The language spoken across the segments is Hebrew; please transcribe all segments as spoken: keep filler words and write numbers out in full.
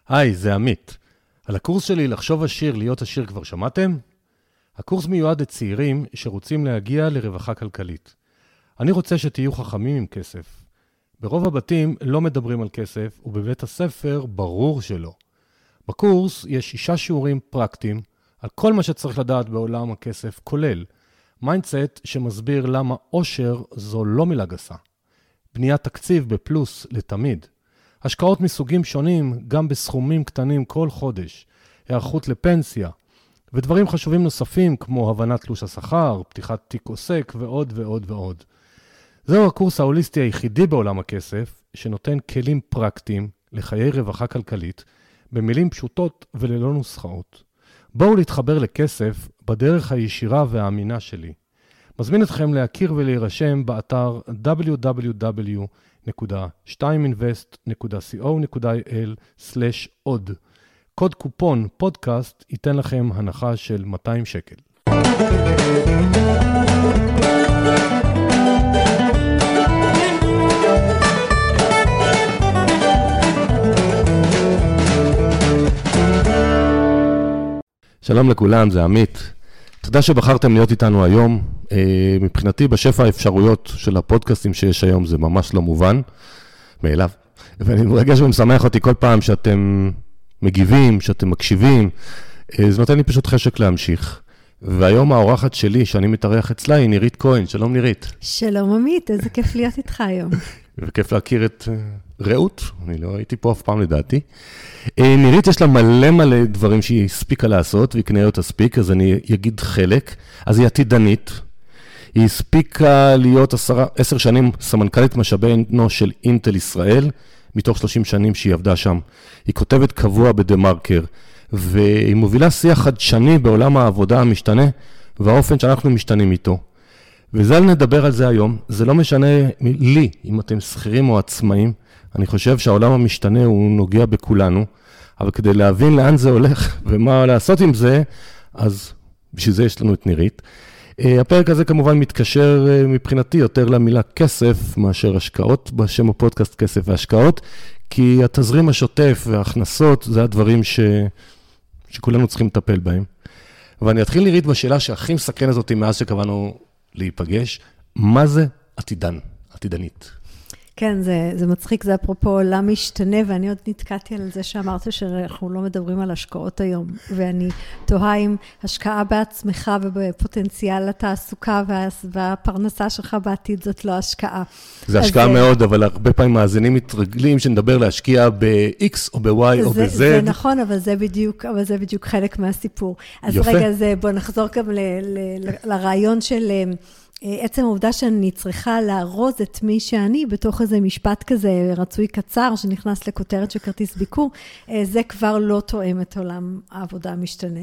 היי, זה עמית. על הקורס שלי לחשוב עשיר, להיות עשיר כבר שמעתם? הקורס מיועד לצעירים שרוצים להגיע לרווחה כלכלית. אני רוצה שתהיו חכמים עם כסף. ברוב הבתים לא מדברים על כסף, ובבית הספר ברור שלא. בקורס יש שישה שיעורים פרקטיים על כל מה שצריך לדעת בעולם הכסף, כולל מיינדסט שמסביר למה עושר זו לא מילה גסה. בניית תקציב בפלוס לתמיד. השקעות מסוגים שונים גם בסכומים קטנים כל חודש. היערכות לפנסיה. ודברים חשובים נוספים כמו הבנת תלוש השכר, פתיחת תיק עוסק ועוד ועוד ועוד. זהו הקורס ההוליסטי היחידי בעולם הכסף שנותן כלים פרקטיים לחיי רווחה כלכלית במילים פשוטות וללא נוסחאות. בואו להתחבר לכסף בדרך הישירה והאמינה שלי. מזמין אתכם להכיר ולהירשם באתר דאבליו דאבליו דאבליו נקודה שתיים אינבסט נקודה סי או נקודה איי אל סלש עוד. קוד קופון פודקאסט ייתן לכם הנחה של מאתיים שקל. שלום לכולם, זה עמית. תודה שבחרתם להיות איתנו היום. מבחינתי, בשפע האפשרויות של הפודקאסטים שיש היום, זה ממש לא מובן מאליו. ואני מרגש ומשמח אותי כל פעם שאתם מגיבים, שאתם מקשיבים. זה נותן לי פשוט חשק להמשיך. והיום האורחת שלי, שאני מתארח אצלה, היא נירית כהן. שלום נירית. שלום עמית, איזה כיף להיות איתך היום. וכיף להכיר את רעות, אני לא הייתי פה אף פעם לדעתי. נירית יש לה מלא מלא דברים שהיא הספיקה לעשות, והיא כנראה תספיק, אז אני אגיד חלק. אז היא עתידנית, היא הספיקה להיות עשרה, עשר שנים סמנכ"לית משאבי אנוש של אינטל ישראל, מתוך שלושים שנים שהיא עבדה שם. היא כותבת קבוע בדה-מרקר, והיא מובילה שיח חדשני בעולם העבודה המשתנה, והאופן שאנחנו משתנים איתו. וזה נדבר על זה היום. זה לא משנה לי, אם אתם שכירים או עצמאים. אני חושב שהעולם המשתנה הוא נוגע בכולנו, אבל כדי להבין לאן זה הולך ומה לעשות עם זה, אז בשביל זה יש לנו את נירית. הפרק הזה כמובן מתקשר מבחינתי יותר למילה כסף מאשר השקעות, בשם הפודקאסט כסף והשקעות, כי התזרים השוטף וההכנסות זה הדברים ש... שכולנו צריכים לטפל בהם. ואני אתחיל נירית בשאלה שהכי מסקרנת אותי מאז שקבענו להיפגש, מה זה עתידן, עתידנית? כן, זה, זה מצחיק, זה אפרופו עולם משתנה, ואני עוד נתקעתי על זה שאמרת שאנחנו לא מדברים על השקעות היום, ואני תוהה עם השקעה בעצמך ובפוטנציאל התעסוקה וה, והפרנסה שלך בעתיד, זאת לא השקעה. זה השקעה זה... מאוד, אבל הרבה פעמים מאזינים מתרגלים שנדבר להשקיע ב-X או ב-Y או ב-Z. זה נכון, אבל זה בדיוק, אבל זה בדיוק חלק מהסיפור. אז יפה. רגע, זה, בוא נחזור גם ל, ל, ל, לרעיון של... עצם העובדה שאני צריכה להרוז את מי שאני בתוך איזה משפט כזה רצוי קצר שנכנס לכותרת של כרטיס ביקור, זה כבר לא תואם את עולם העבודה המשתנה.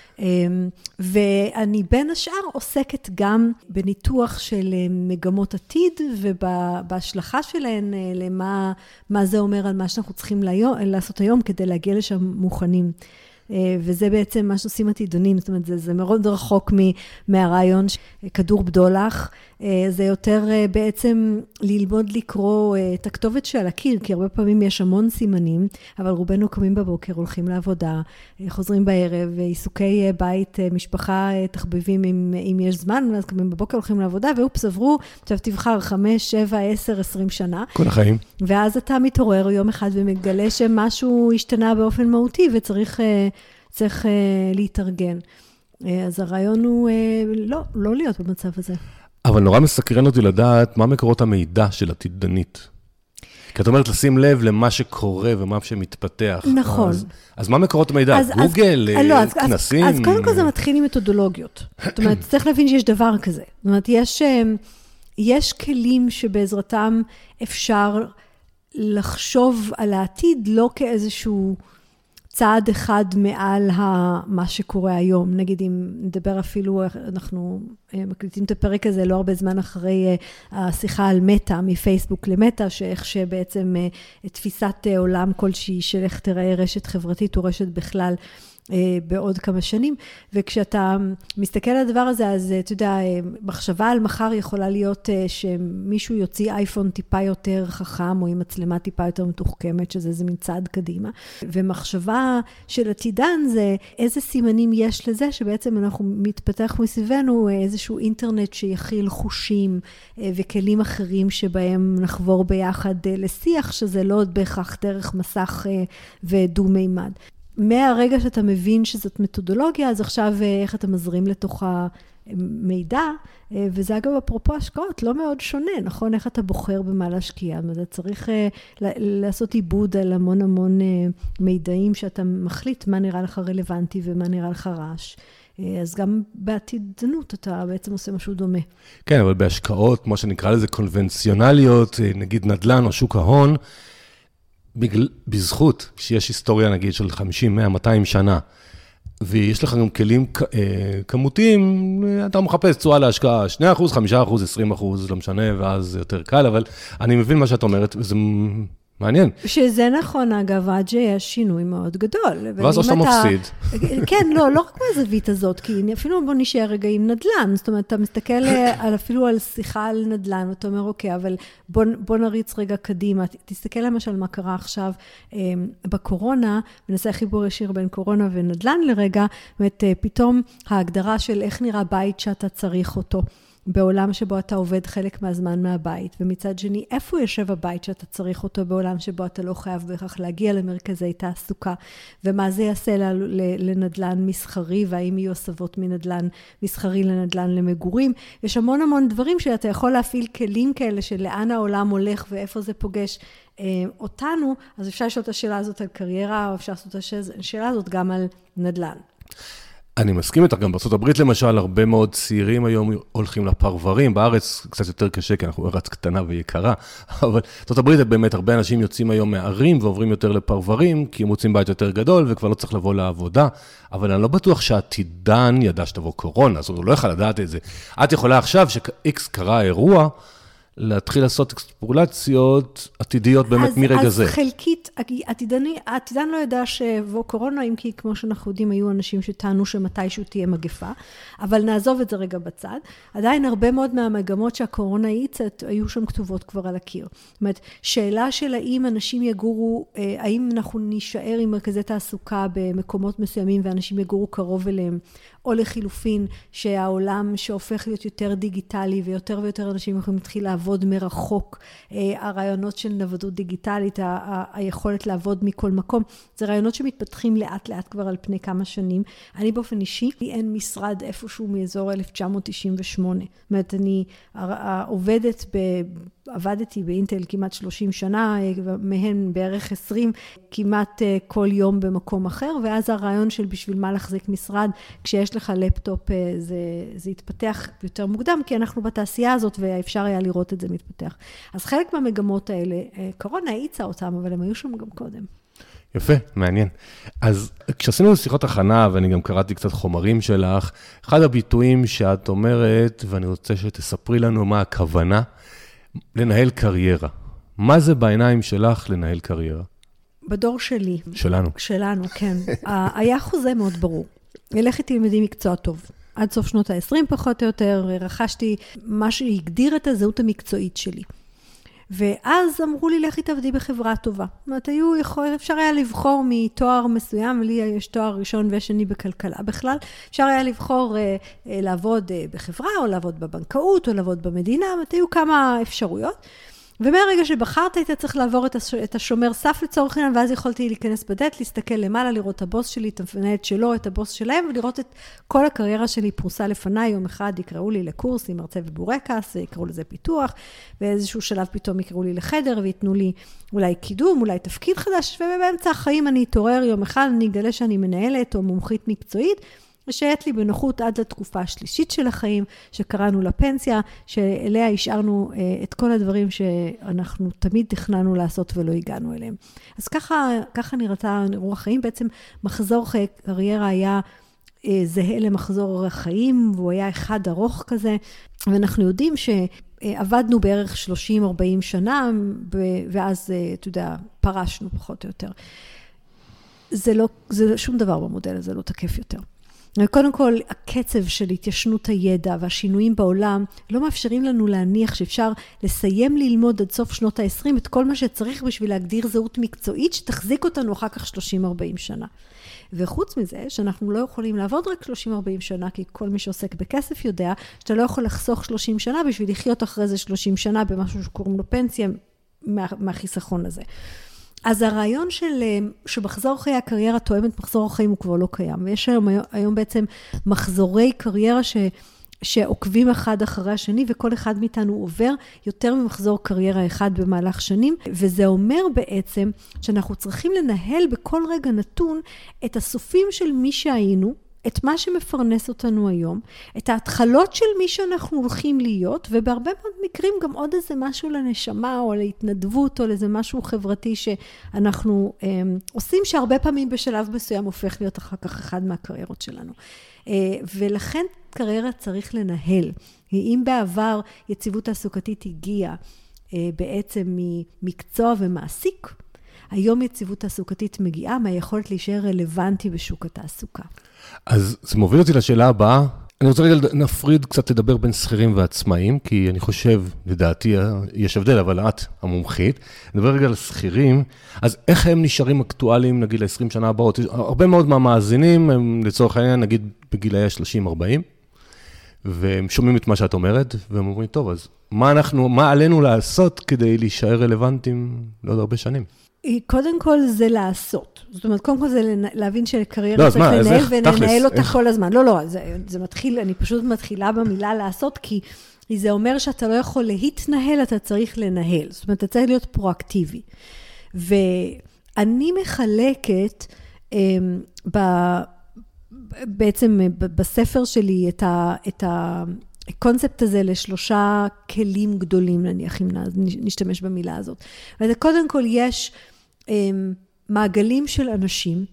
ואני בין השאר עוסקת גם בניתוח של מגמות עתיד ובהשלכה שלהן למה מה זה אומר על מה שאנחנו צריכים לעשות היום כדי להגיע לשם מוכנים. וזה בעצם מה שעושים עתידונים, זאת אומרת, זה, זה מאוד רחוק מהרעיון כדור בדולח, זה יותר בעצם ללמוד לקרוא את הכתובת שעל הקיר, כי הרבה פעמים יש המון סימנים, אבל רובנו קמים בבוקר, הולכים לעבודה, חוזרים בערב, עיסוקי בית, משפחה, תחביבים אם, אם יש זמן, ואז קמים בבוקר, הולכים לעבודה, ואופס עברו, עכשיו תבחר חמש, שבע, עשר, עשרים שנה. כל החיים. ואז אתה מתעורר יום אחד ומגלה שמשהו השתנה באופן מהותי, וצריך צריך, להתארגן. אז הרעיון הוא לא, לא להיות במצב הזה. אבל נורא מסקרן אותי לדעת מה מקורות המידע של עתידנית. כי את אומרת לשים לב למה שקורה ומה שמתפתח. נכון. אז, אז מה מקורות המידע? אז, גוגל, אז, לא, אז, כנסים? אז, אז קודם כל זה מתחיל עם מתודולוגיות. זאת אומרת, צריך להבין שיש דבר כזה. זאת אומרת, יש, יש כלים שבעזרתם אפשר לחשוב על העתיד לא כאיזשהו צעד אחד מעל מה שקורה היום. נגיד, אם נדבר אפילו, אנחנו מקליטים את הפרק הזה לא הרבה זמן אחרי השיחה על מטא, מפייסבוק למטא, שאיך שבעצם תפיסת עולם כלשהי של איך תראה רשת חברתית או רשת בכלל, בעוד כמה שנים, וכשאתה מסתכל על הדבר הזה, אז אתה יודע, מחשבה על מחר יכולה להיות שמישהו יוציא אייפון טיפה יותר חכם, או עם מצלמה טיפה יותר מתוחכמת, שזה איזה מין צעד קדימה, ומחשבה של עתידן זה איזה סימנים יש לזה, שבעצם אנחנו מתפתח מסביבנו איזשהו אינטרנט שיכיל חושים וכלים אחרים שבהם נחבור ביחד לשיח, שזה לא עוד בהכרח דרך מסך ודו-מימד. מהרגע שאתה מבין שזאת מתודולוגיה, אז עכשיו איך אתה מזרים לתוכה מידע, וזה אגב אפרופו השקעות, לא מאוד שונה, נכון? איך אתה בוחר במה להשקיע, אתה צריך לעשות עיבוד על המון המון מידעים שאתה מחליט מה נראה לך רלוונטי ומה נראה לך רעש. אז גם בעתידנות אתה בעצם עושה משהו דומה. כן, אבל בהשקעות, כמו שנקרא לזה קונבנציונליות, נגיד נדל"ן או שוק ההון, בגל, בזכות שיש היסטוריה נגיד של חמישים, מאה, מאתיים שנה, ויש לך גם כלים כמותיים, אתה מחפש תשואה להשקעה שני אחוז, חמישה אחוז, עשרים אחוז, לא משנה, ואז זה יותר קל, אבל אני מבין מה שאת אומרת, וזה מעניין. שזה נכון, אגב, עד שיש שינוי מאוד גדול. ואז אתה מפסיד. כן, לא, לא רק מהזווית הזאת, כי אפילו בוא נשאר רגע עם נדל"ן, זאת אומרת, אתה מסתכל על, אפילו על שיחה על נדל"ן, ואתה אומר, אוקיי, אבל בוא, בוא נריץ רגע קדימה, תסתכל למשל מה קרה עכשיו בקורונה, ונעשה חיבור ישיר בין קורונה ונדל"ן לרגע, זאת אומרת, פתאום ההגדרה של איך נראה בית שאתה צריך אותו, בעולם שבו אתה עובד חלק מהזמן מהבית, ומצד שני, איפה יושב הבית שאתה צריך אותו בעולם שבו אתה לא חייב בכך להגיע למרכזי תעסוקה, ומה זה יעשה לנדלן מסחרי, והאם יהיו הסבות מנדלן מסחרי לנדלן למגורים. יש המון המון דברים שאתה יכול להפעיל כלים כאלה של לאן העולם הולך ואיפה זה פוגש אותנו, אז אפשר לשאול את השאלה הזאת על קריירה, או אפשר לעשות את השאלה הזאת גם על נדלן. אני מסכים איתך, גם בארצות הברית למשל, הרבה מאוד צעירים היום הולכים לפרברים, בארץ קצת יותר קשה, כי אנחנו ארץ קטנה ויקרה, אבל בארצות הברית באמת הרבה אנשים יוצאים היום מערים ועוברים יותר לפרברים, כי הם מוצאים בית יותר גדול וכבר לא צריך לבוא לעבודה, אבל אני לא בטוח שעתידן ידע שתבוא קורונה, זאת אומרת, הוא לא יכול לדעת את זה. את יכולה עכשיו ש-X קרה אירוע, להתחיל לעשות אקספורלציות עתידיות באמת אז, מרגע אז זה. אז חלקית, עתידני, העתידן לא ידע שבוא קורונה, אם כי כמו שאנחנו יודעים, היו אנשים שטענו שמתישהו תהיה מגפה, אבל נעזוב את זה רגע בצד. עדיין הרבה מאוד מהמגמות שהקורונה ייצאת, היו שם כתובות כבר על הקיר. זאת אומרת, שאלה של האם אנשים יגורו, האם אנחנו נשאר עם מרכזי תעסוקה במקומות מסוימים, ואנשים יגורו קרוב אליהם, או לחילופין, שהעולם שהופך להיות יותר דיגיטלי, ויותר ויותר אנשים יכולים להתחיל לעבוד מרחוק, הרעיונות של נוודות דיגיטלית, ה- ה- היכולת לעבוד מכל מקום, זה רעיונות שמתפתחים לאט לאט כבר על פני כמה שנים. אני באופן אישי, לי אין משרד איפשהו מאזור אלף תשע מאות תשעים ושמונה. זאת אומרת, אני עובדת ב... עבדתי באינטל כמעט שלושים שנה, מהן בערך עשרים, כמעט כל יום במקום אחר, ואז הרעיון של בשביל מה להחזיק משרד, כשיש לך לפטופ, זה, זה יתפתח יותר מוקדם, כי אנחנו בתעשייה הזאת, ואפשר היה לראות את זה מתפתח. אז חלק מהמגמות האלה, קורונה העיצה אותם, אבל הם היו שם גם קודם. יפה, מעניין. אז כשעשינו שיחות הכנה, ואני גם קראתי קצת חומרים שלך, אחד הביטויים שאת אומרת, ואני רוצה שתספרי לנו מה הכוונה, לנהל קריירה. מה זה בעיניים שלך לנהל קריירה? בדור שלי. שלנו. שלנו, כן. היה חוזה מאוד ברור. ילך איתי לימודי מקצוע טוב. עד סוף שנות ה-עשרים פחות או יותר, רכשתי מה שהגדיר את הזהות המקצועית שלי. ואז אמרו לי, לכי תעבדי בחברה טובה. זאת אומרת, היו יכול, אפשר היה לבחור מתואר מסוים, לי יש תואר ראשון ושני בכלכלה בכלל, אפשר היה לבחור אה, אה, לעבוד אה, בחברה, או לעבוד בבנקאות, או לעבוד במדינה, זאת אומרת, היו כמה אפשרויות. ומהרגע שבחרת, היית צריך לעבור את השומר סף לצורך העניין, ואז יכולתי להיכנס בדלת, להסתכל למעלה, לראות את הבוס שלי, את המנהלת שלו, את הבוס שלהם, ולראות את כל הקריירה שלי פרוסה לפניי. יום אחד יקראו לי לקורס עם מרצה ובורקס, יקראו לזה פיתוח, ואיזשהו שלב פתאום יקראו לי לחדר, ויתנו לי אולי קידום, אולי תפקיד חדש, ובאמצע החיים אני אתעורר יום אחד, אני אגלה שאני מנהלת או מומחית מקצועית, ושהיית לי בנוחות עד לתקופה השלישית של החיים, שקראנו לפנסיה, שאליה השארנו את כל הדברים שאנחנו תמיד תכננו לעשות ולא הגענו אליהם. אז ככה, ככה נראתה רוח חיים, בעצם מחזור קריירה היה זהה למחזור החיים, והוא היה אחד ארוך כזה, ואנחנו יודעים שעבדנו בערך שלושים ארבעים שנה, ואז, אתה יודע, פרשנו פחות או יותר. זה לא, זה שום דבר במודל הזה לא תקף יותר. קודם כל, הקצב של התיישנות הידע והשינויים בעולם לא מאפשרים לנו להניח שאפשר לסיים ללמוד עד סוף שנות ה-עשרים את כל מה שצריך בשביל להגדיר זהות מקצועית שתחזיק אותנו אחר כך שלושים ארבעים שנה. וחוץ מזה, שאנחנו לא יכולים לעבוד רק שלושים ארבעים שנה, כי כל מי שעוסק בכסף יודע שאתה לא יכול לחסוך שלושים שנה בשביל לחיות אחרי זה שלושים שנה במשהו שקוראים לו פנסיה מה, מהחיסכון הזה. אז הרעיון של, שמחזור חיי הקריירה תואם את מחזור החיים הוא כבר לא קיים, ויש היום, היום בעצם מחזורי קריירה ש, שעוקבים אחד אחרי השני, וכל אחד מאיתנו עובר יותר ממחזור קריירה אחד במהלך שנים, וזה אומר בעצם שאנחנו צריכים לנהל בכל רגע נתון את הסופים של מי שהיינו, את מה שמפרנס אותנו היום, את ההתחלות של מי שאנחנו הולכים להיות, ובהרבה מאוד מקרים גם עוד איזה משהו לנשמה, או להתנדבות, או לאיזה משהו חברתי שאנחנו אה, עושים, שהרבה פעמים בשלב מסוים הופך להיות אחר כך אחד מהקריירות שלנו. אה, ולכן קריירה צריך לנהל. אם בעבר יציבות תעסוקתית הגיעה אה, בעצם ממקצוע ומעסיק, היום יציבות תעסוקתית מגיעה מהיכולת להישאר רלוונטי בשוק התעסוקה. אז זה מוביל אותי לשאלה הבאה. אני רוצה רגע נפריד קצת לדבר בין שכירים ועצמאים, כי אני חושב, לדעתי, יש הבדל, אבל את המומחית. נדבר רגע על שכירים, אז איך הם נשארים אקטואליים, נגיד, ל-עשרים שנה הבאות? הרבה מאוד מהמאזינים, הם לצורך העניין, נגיד, בגילאי שלושים ארבעים, והם שומעים את מה שאת אומרת, והם אומרים, טוב, אז מה אנחנו, מה עלינו לעשות כדי להישאר רלוונטיים לעוד הרבה שנים? קודם כל זה לעשות. זאת אומרת, קודם כל זה להבין שקריירה צריך לנהל, וננהל אותה כל הזמן. לא, לא, זה מתחיל, אני פשוט מתחילה במילה לעשות, כי זה אומר שאתה לא יכול להתנהל, אתה צריך לנהל. זאת אומרת, אתה צריך להיות פרואקטיבי. ואני מחלקת בעצם בספר שלי את ה... הקונספט הזה לשלושה כלים גדולים, נניח, אם נשתמש במילה הזאת. אז קודם כל יש um, מעגלים של אנשים,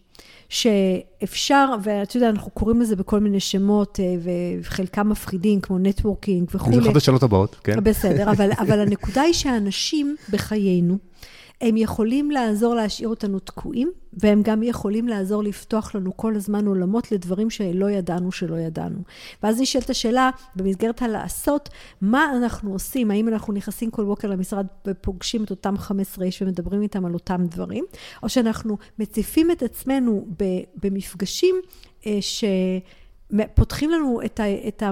שאפשר, ואתה יודע, אנחנו קוראים לזה בכל מיני שמות, וחלקם מפחידים, כמו נטוורקינג וכו'. יש לך את השאלות הבאות, כן? בסדר, אבל, אבל הנקודה היא שהאנשים בחיינו, הם יכולים לעזור להשאיר אותנו תקועים, והם גם יכולים לעזור לפתוח לנו כל הזמן עולמות לדברים שלא ידענו שלא ידענו. ואז נשאלת השאלה, במסגרת הלעשות, מה אנחנו עושים? האם אנחנו נכנסים כל בוקר למשרד ופוגשים את אותם חמש עשרה איש ומדברים איתם על אותם דברים? או שאנחנו מציפים את עצמנו במפגשים ש... פותחים לנו את, ה, את, ה,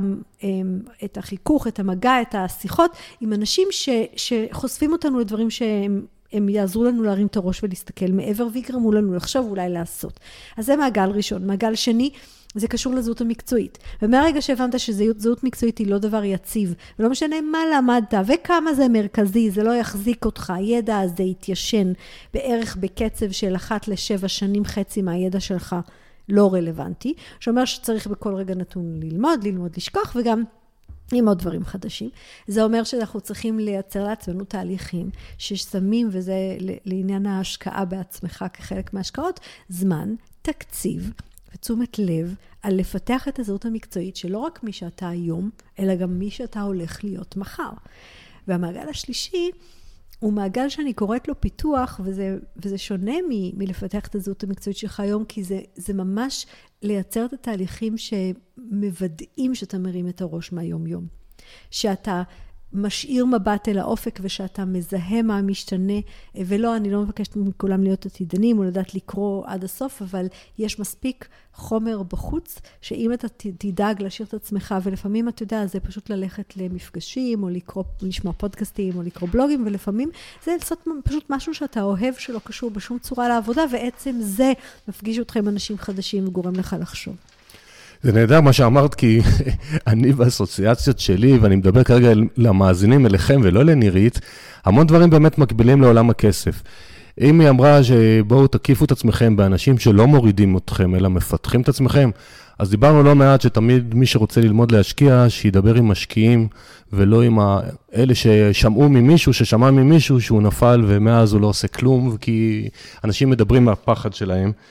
את החיכוך, את המגע, את השיחות, עם אנשים ש, שחושפים אותנו לדברים שהם הם יעזרו לנו להרים את הראש ולהסתכל מעבר, ויגרמו לנו לחשוב אולי לעשות. אז זה מעגל ראשון. מעגל שני, זה קשור לזהות המקצועית. ומהרגע שהבנת שזהות מקצועית היא לא דבר יציב, ולא משנה מה למדת וכמה זה מרכזי, זה לא יחזיק אותך, הידע הזה יתיישן בערך בקצב של אחת לשבע שנים חצי מהידע שלך לא רלוונטי, שאומר שצריך בכל רגע נתון ללמוד, ללמוד לשכוח, וגם עם עוד דברים חדשים. זה אומר שאנחנו צריכים לייצר לעצמנו תהליכים ששמים, וזה לעניין ההשקעה בעצמך כחלק מההשקעות, זמן, תקציב ותשומת לב על לפתח את הזהות המקצועית שלא רק מי שאתה היום, אלא גם מי שאתה הולך להיות מחר. והמעגל השלישי הוא מעגל שאני קוראת לו פיתוח, וזה, וזה שונה מ, מלפתח את הזהות המקצועית שלך היום, כי זה, זה ממש לייצר את התהליכים שמוודאים שאתה מרים את הראש מהיום יום. שאתה משאיר מבט אל האופק, ושאתה מזהה מה משתנה, ולא, אני לא מבקשת מכולם להיות עתידנים, או לדעת לקרוא עד הסוף, אבל יש מספיק חומר בחוץ, שאם אתה תדאג להשאיר את עצמך, ולפעמים אתה יודע, זה פשוט ללכת למפגשים, או לקרוא, לשמוע פודקאסטים, או לקרוא בלוגים, ולפעמים זה לעשות פשוט משהו שאתה אוהב, שלא קשור בשום צורה לעבודה, ועצם זה מפגיש אותך עם אנשים חדשים, וגורם לך לחשוב. זה נהדר מה שאמרת, כי אני באסוציאציות שלי, ואני מדבר כרגע למאזינים אליכם ולא לנירית, המון דברים באמת מקבילים לעולם הכסף. אם היא אמרה שבואו תקיפו את עצמכם באנשים שלא מורידים אתכם, אלא מפתחים את עצמכם, אז דיברנו לא מעט שתמיד מי שרוצה ללמוד להשקיע, שידבר עם משקיעים, ולא עם אלה ששמעו ממישהו, ששמע ממישהו שהוא נפל, ומאז הוא לא עושה כלום, כי אנשים מדברים מהפחד שלהם.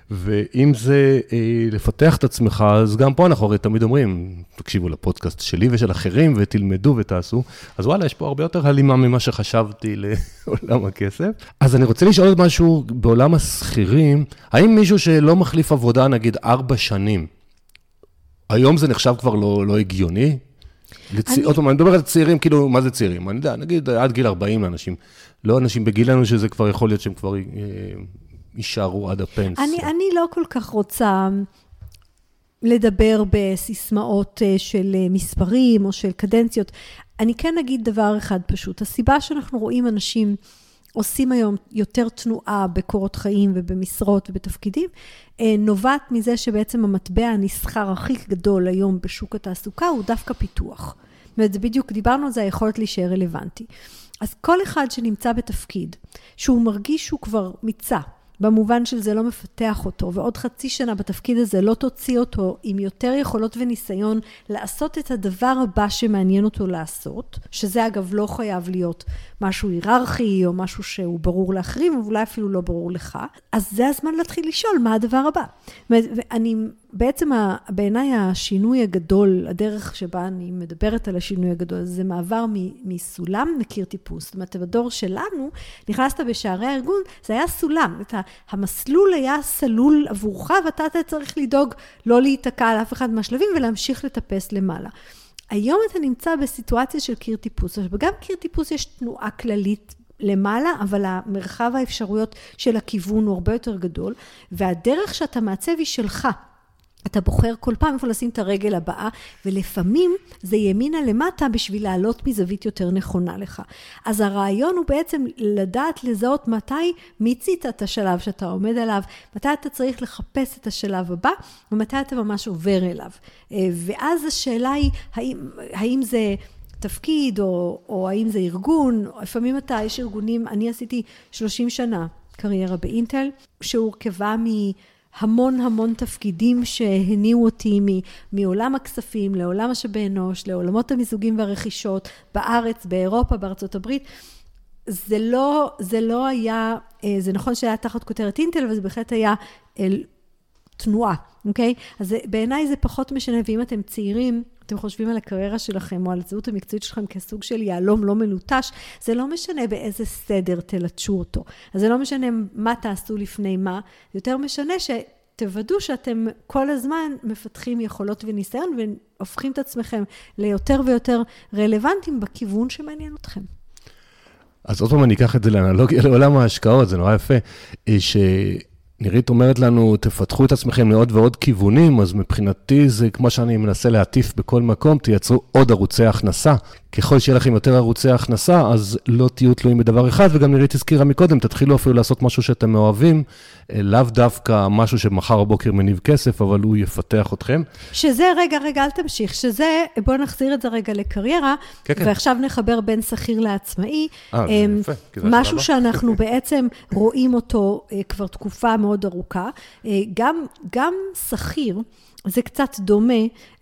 ואם זה אה, לפתח את עצמך, אז גם פה אנחנו הרי תמיד אומרים, תקשיבו לפודקאסט שלי ושל אחרים, ותלמדו ותעשו. אז וואלה, יש פה הרבה יותר הלימה ממה שחשבתי לעולם הכסף. אז אני רוצה לשאול עוד משהו בעולם השכירים, האם מישהו שלא מחליף עבודה, נגיד ארבע שנים, היום זה נחשב כבר לא, לא הגיוני? לצ... אני... עוד פעם, אני מדבר על צעירים, כאילו, מה זה צעירים? אני יודע, נגיד, עד גיל ארבעים לאנשים, לא אנשים בגילנו שזה כבר יכול להיות שהם כבר... אה, יישארו עד הפנסיה. אני, אני לא כל כך רוצה לדבר בסיסמאות של מספרים או של קדנציות. אני כן אגיד דבר אחד פשוט. הסיבה שאנחנו רואים אנשים עושים היום יותר תנועה בקורות חיים ובמשרות ובתפקידים, נובעת מזה שבעצם המטבע הנסחר הכי גדול היום בשוק התעסוקה הוא דווקא פיתוח. זאת אומרת, זה בדיוק, דיברנו על זה, היכולת להישאר רלוונטי. אז כל אחד שנמצא בתפקיד, שהוא מרגיש שהוא כבר מיצה, במובן של זה לא מפתח אותו, ועוד חצי שנה בתפקיד הזה לא תוציא אותו עם יותר יכולות וניסיון לעשות את הדבר הבא שמעניין אותו לעשות, שזה אגב לא חייב להיות משהו היררכי או משהו שהוא ברור לאחרים, ואולי אפילו לא ברור לך, אז זה הזמן להתחיל לשאול מה הדבר הבא. ואני, בעצם בעיניי השינוי הגדול, הדרך שבה אני מדברת על השינוי הגדול, זה מעבר מסולם לקיר טיפוס. זאת אומרת, בדור שלנו, נכנסת בשערי הארגון, זה היה סולם. המסלול היה סלול עבורך, ואתה צריך לדאוג לא להיתקע על אף אחד מהשלבים, ולהמשיך לטפס למעלה. היום אתה נמצא בסיטואציה של קיר טיפוס, וגם קיר טיפוס יש תנועה כללית למעלה, אבל המרחב האפשרויות של הכיוון הוא הרבה יותר גדול, והדרך שאתה מעצב היא שלך. אתה בוחר כל פעם איפה לשים את הרגל הבאה, ולפעמים זה ימינה למטה בשביל לעלות מזווית יותר נכונה לך. אז הרעיון הוא בעצם לדעת לזהות מתי מיצית את השלב שאתה עומד עליו, מתי אתה צריך לחפש את השלב הבא, ומתי אתה ממש עובר אליו. ואז השאלה היא, האם, האם זה תפקיד, או, או האם זה ארגון, או לפעמים אתה, יש ארגונים, אני עשיתי שלושים שנה קריירה באינטל, שהורכבה מ... המון המון תפקידים שהניעו אותי מעולם הכספים, לעולם משאבי אנוש, לעולמות המיזוגים והרכישות, בארץ, באירופה, בארצות הברית. זה לא, זה לא היה, זה נכון שהיה תחת כותרת אינטל, אבל זה בהחלט היה תנועה, אוקיי? אז בעיניי זה פחות משנה, ואם אתם צעירים, אתם חושבים על הקריירה שלכם, או על הזהות המקצועית שלכם כסוג של יעלום לא מלוטש, זה לא משנה באיזה סדר תלטשו אותו. אז זה לא משנה מה תעשו לפני מה, יותר משנה שתוודאו שאתם כל הזמן מפתחים יכולות וניסיון, והופכים את עצמכם ליותר ויותר רלוונטיים בכיוון שמעניין אתכם. אז עוד פעם אני אקח את זה לאנלוגיה לעולם ההשקעות, זה נורא יפה, ש... נירית אומרת לנו, תפתחו את עצמכם לעוד ועוד כיוונים, אז מבחינתי זה כמו שאני מנסה להטיף בכל מקום, תייצרו עוד ערוצי הכנסה. ככל שיהיה לכם יותר ערוצי הכנסה, אז לא תהיו תלויים בדבר אחד, וגם נירית הזכירה מקודם, תתחילו אפילו לעשות משהו שאתם מאוהבים, לאו דווקא משהו שמחר בבוקר מניב כסף, אבל הוא יפתח אתכם. שזה, רגע, רגע, אל תמשיך, שזה, בואו נחזיר את זה רגע לקריירה, כן, כן. ועכשיו נחבר בין שכיר לעצמאי. אה, זה יפה, משהו שאנחנו בעצם רואים אותו כבר תקופה מאוד ארוכה, גם, גם שכיר, זה קצת דומה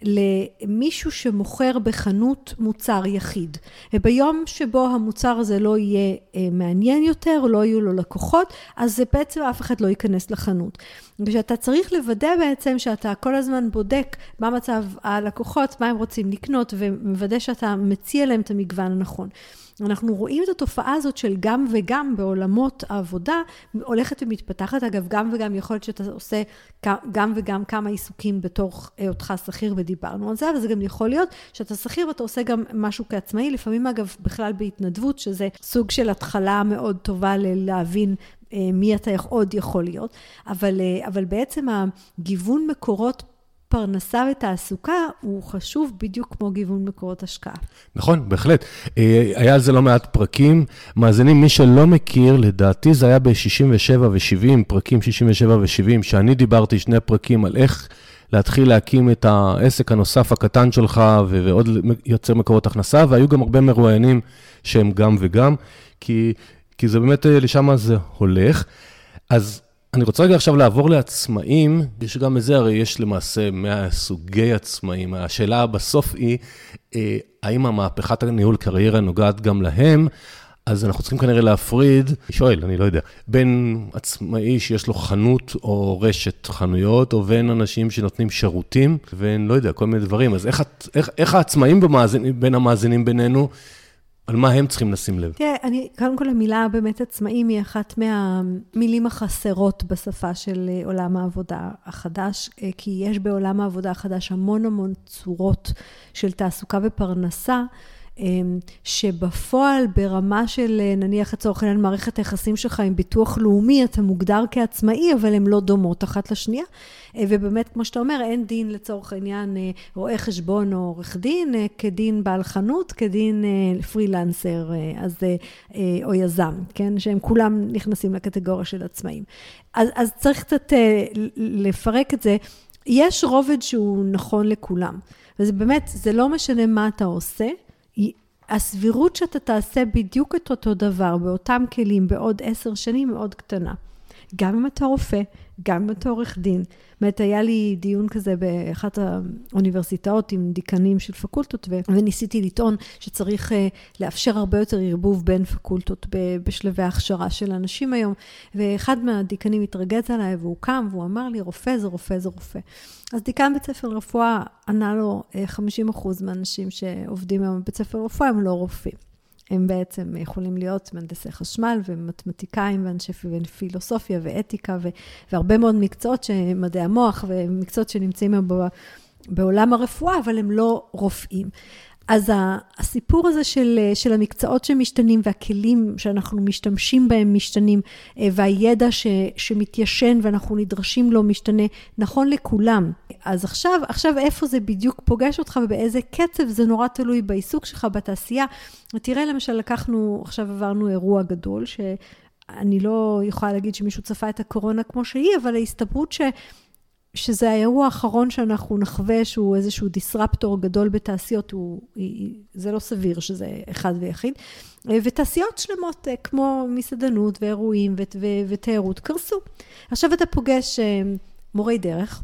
למישהו שמוכר בחנות מוצר יחיד. וביום שבו המוצר הזה לא יהיה מעניין יותר, לא יהיו לו לקוחות, אז בעצם אף אחד לא ייכנס לחנות. כשאתה צריך לוודא בעצם שאתה כל הזמן בודק מה מצב הלקוחות, מה הם רוצים לקנות, ומוודא שאתה מציע להם את המגוון הנכון. אנחנו רואים את התופעה הזאת של גם וגם בעולמות העבודה, הולכת ומתפתחת, אגב, גם וגם יכול להיות שאתה עושה גם וגם כמה עיסוקים בתוך אותך שכיר, ודיברנו על זה, אבל זה גם יכול להיות שאתה שכיר ואתה עושה גם משהו כעצמאי, לפעמים אגב בכלל בהתנדבות, שזה סוג של התחלה מאוד טובה להבין מי אתה עוד יכול להיות, אבל, אבל בעצם הגיוון מקורות פרנסה ותעסוקה הוא חשוב בדיוק כמו גיוון מקורות השקעה. נכון, בהחלט. היה על זה לא מעט פרקים. מאזינים, מי שלא מכיר, לדעתי זה היה ב-שישים ושבע ו-שבעים, פרקים שישים ושבע ו-שבעים, שאני דיברתי שני פרקים על איך להתחיל להקים את העסק הנוסף הקטן שלך, ועוד יוצר מקורות הכנסה, והיו גם הרבה מרואיינים שהם גם וגם, כי, כי זה באמת לשם זה הולך. אז אני רוצה רגע עכשיו לעבור לעצמאים, יש גם איזה, הרי יש למעשה מאה סוגי עצמאים. השאלה בסוף היא, האם המהפכת הניהול קריירה נוגעת גם להם? אז אנחנו צריכים כנראה להפריד, שואל, אני לא יודע, בין עצמאי שיש לו חנות או רשת חנויות, או בין אנשים שנותנים שירותים, ואין, לא יודע, כל מיני דברים. אז איך, איך, איך העצמאים במאזינים, בין המאזינים בינינו, על מה הם צריכים לשים לב? תראה, אני, קודם כל המילה באמת עצמאים היא אחת מהמילים החסרות בשפה של עולם העבודה החדש, כי יש בעולם העבודה החדש המון המון צורות של תעסוקה ופרנסה, שבפועל ברמה של נניח לצורך העניין מערכת היחסים שלך עם ביטוח לאומי, אתה מוגדר כעצמאי, אבל הן לא דומות אחת לשנייה. ובאמת, כמו שאתה אומר, אין דין לצורך העניין רואה חשבון או עורך דין, כדין בעל חנות, כדין פרילנסר אז, או יזם, כן? שהם כולם נכנסים לקטגוריה של עצמאים. אז, אז צריך קצת לפרק את זה. יש רובד שהוא נכון לכולם. וזה באמת, זה לא משנה מה אתה עושה, הסבירות שאתה תעשה בדיוק את אותו דבר, באותם כלים, בעוד עשר שנים מאוד קטנה. גם אם אתה רופא, גם אם אתה עורך דין. באמת, היה לי דיון כזה באחת האוניברסיטאות עם דיקנים של פקולטות, וניסיתי לטעון שצריך לאפשר הרבה יותר ערבוב בין פקולטות בשלבי ההכשרה של אנשים היום. ואחד מהדיקנים התרגז עליי, והוא קם, והוא אמר לי, רופא זה רופא זה רופא. אז דיקן בית ספר רפואה ענה לו חמישים אחוז מהאנשים שעובדים היום בבית ספר רפואה, הם לא רופאים. הם בעצם יכולים להיות מהנדסי חשמל ומתמטיקאים ואנשי פילוסופיה ואתיקה והרבה מאוד מקצועות שמדעי המוח ומקצועות שנמצאים בעולם הרפואה, אבל הם לא רופאים. אז הסיפור הזה של, של המקצועות שמשתנים והכלים שאנחנו משתמשים בהם משתנים והידע ש, שמתיישן ואנחנו נדרשים לו משתנה נכון לכולם. אז עכשיו, עכשיו איפה זה בדיוק פוגש אותך ובאיזה קצב זה נורא תלוי בעיסוק שלך בתעשייה. תראה למשל לקחנו, עכשיו עברנו אירוע גדול שאני לא יכולה להגיד שמישהו צפה את הקורונה כמו שהיא, אבל ההסתברות ש... שזה האירוע האחרון שאנחנו נחווה, שהוא איזשהו דיסרפטור גדול בתעשיות, הוא, זה לא סביר שזה אחד ויחיד. ותעשיות שלמות כמו מסעדנות ואירועים ותיירות קרסו. עכשיו אתה פוגש מורי דרך,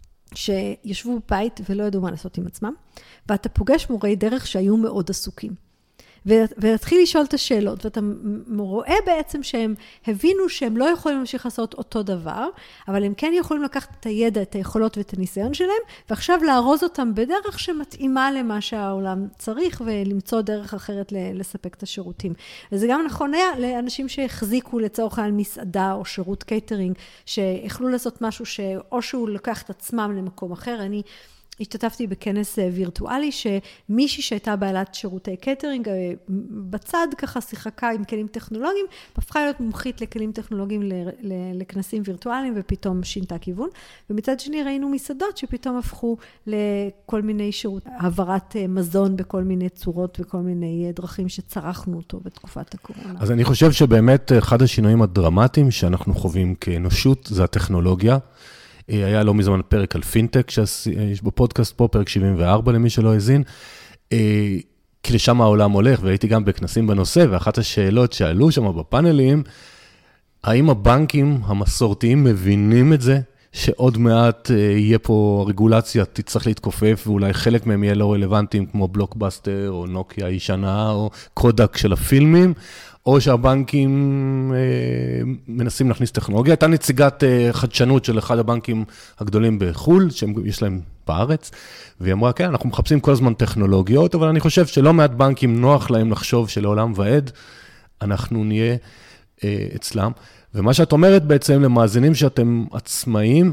שישבו בבית ולא ידעו מה לעשות עם עצמם, ואתה פוגש מורי דרך שהיו מאוד עסוקים. ולהתחיל לשאול את השאלות, ואתה רואה בעצם שהם הבינו שהם לא יכולים להמשיך לעשות אותו דבר, אבל הם כן יכולים לקחת את הידע, את היכולות ואת הניסיון שלהם, ועכשיו לארוז אותם בדרך שמתאימה למה שהעולם צריך, ולמצוא דרך אחרת לספק את השירותים. וזה גם נכון היה לאנשים שהחזיקו לצורך על מסעדה או שירות קייטרינג, שיכלו לעשות משהו שאו שהוא לקח את עצמם למקום אחר. אני השתתפתי בכנס וירטואלי, שמישהי שהייתה בעלת שירותי קייטרינג, בצד ככה שיחקה עם כלים טכנולוגיים, הפכה להיות מומחית לכלים טכנולוגיים לכנסים וירטואליים, ופתאום שינתה כיוון. ומצד שני ראינו מסעדות שפתאום הפכו לכל מיני שירות, העברת מזון בכל מיני צורות, וכל מיני דרכים שצרכנו אותו בתקופת הקורונה. אז אני חושב שבאמת אחד השינויים הדרמטיים שאנחנו חווים כאנושות, זה הטכנולוגיה. היה לא מזמן פרק על פינטק, שיש בפודקאסט פה, פרק שבעים וארבע למי שלא הזין, כי לשם העולם הולך, והייתי גם בכנסים בנושא, ואחת השאלות שעלו שם בפאנלים, האם הבנקים המסורתיים מבינים את זה, שעוד מעט יהיה פה רגולציה, תצטרך להתכופף, ואולי חלק מהם יהיה לא רלוונטיים, כמו בלוקבאסטר, או נוקיה הישנה, או קודק של הפילמים, או שהבנקים אה, מנסים להכניס טכנולוגיה. הייתה נציגת אה, חדשנות של אחד הבנקים הגדולים בחול, שיש להם בארץ, והיא אמרה, כן, אנחנו מחפשים כל הזמן טכנולוגיות, אבל אני חושב שלא מעט בנקים נוח להם לחשוב שלעולם ועד, אנחנו נהיה אה, אצלם. ומה שאת אומרת בעצם למאזינים שאתם עצמאים,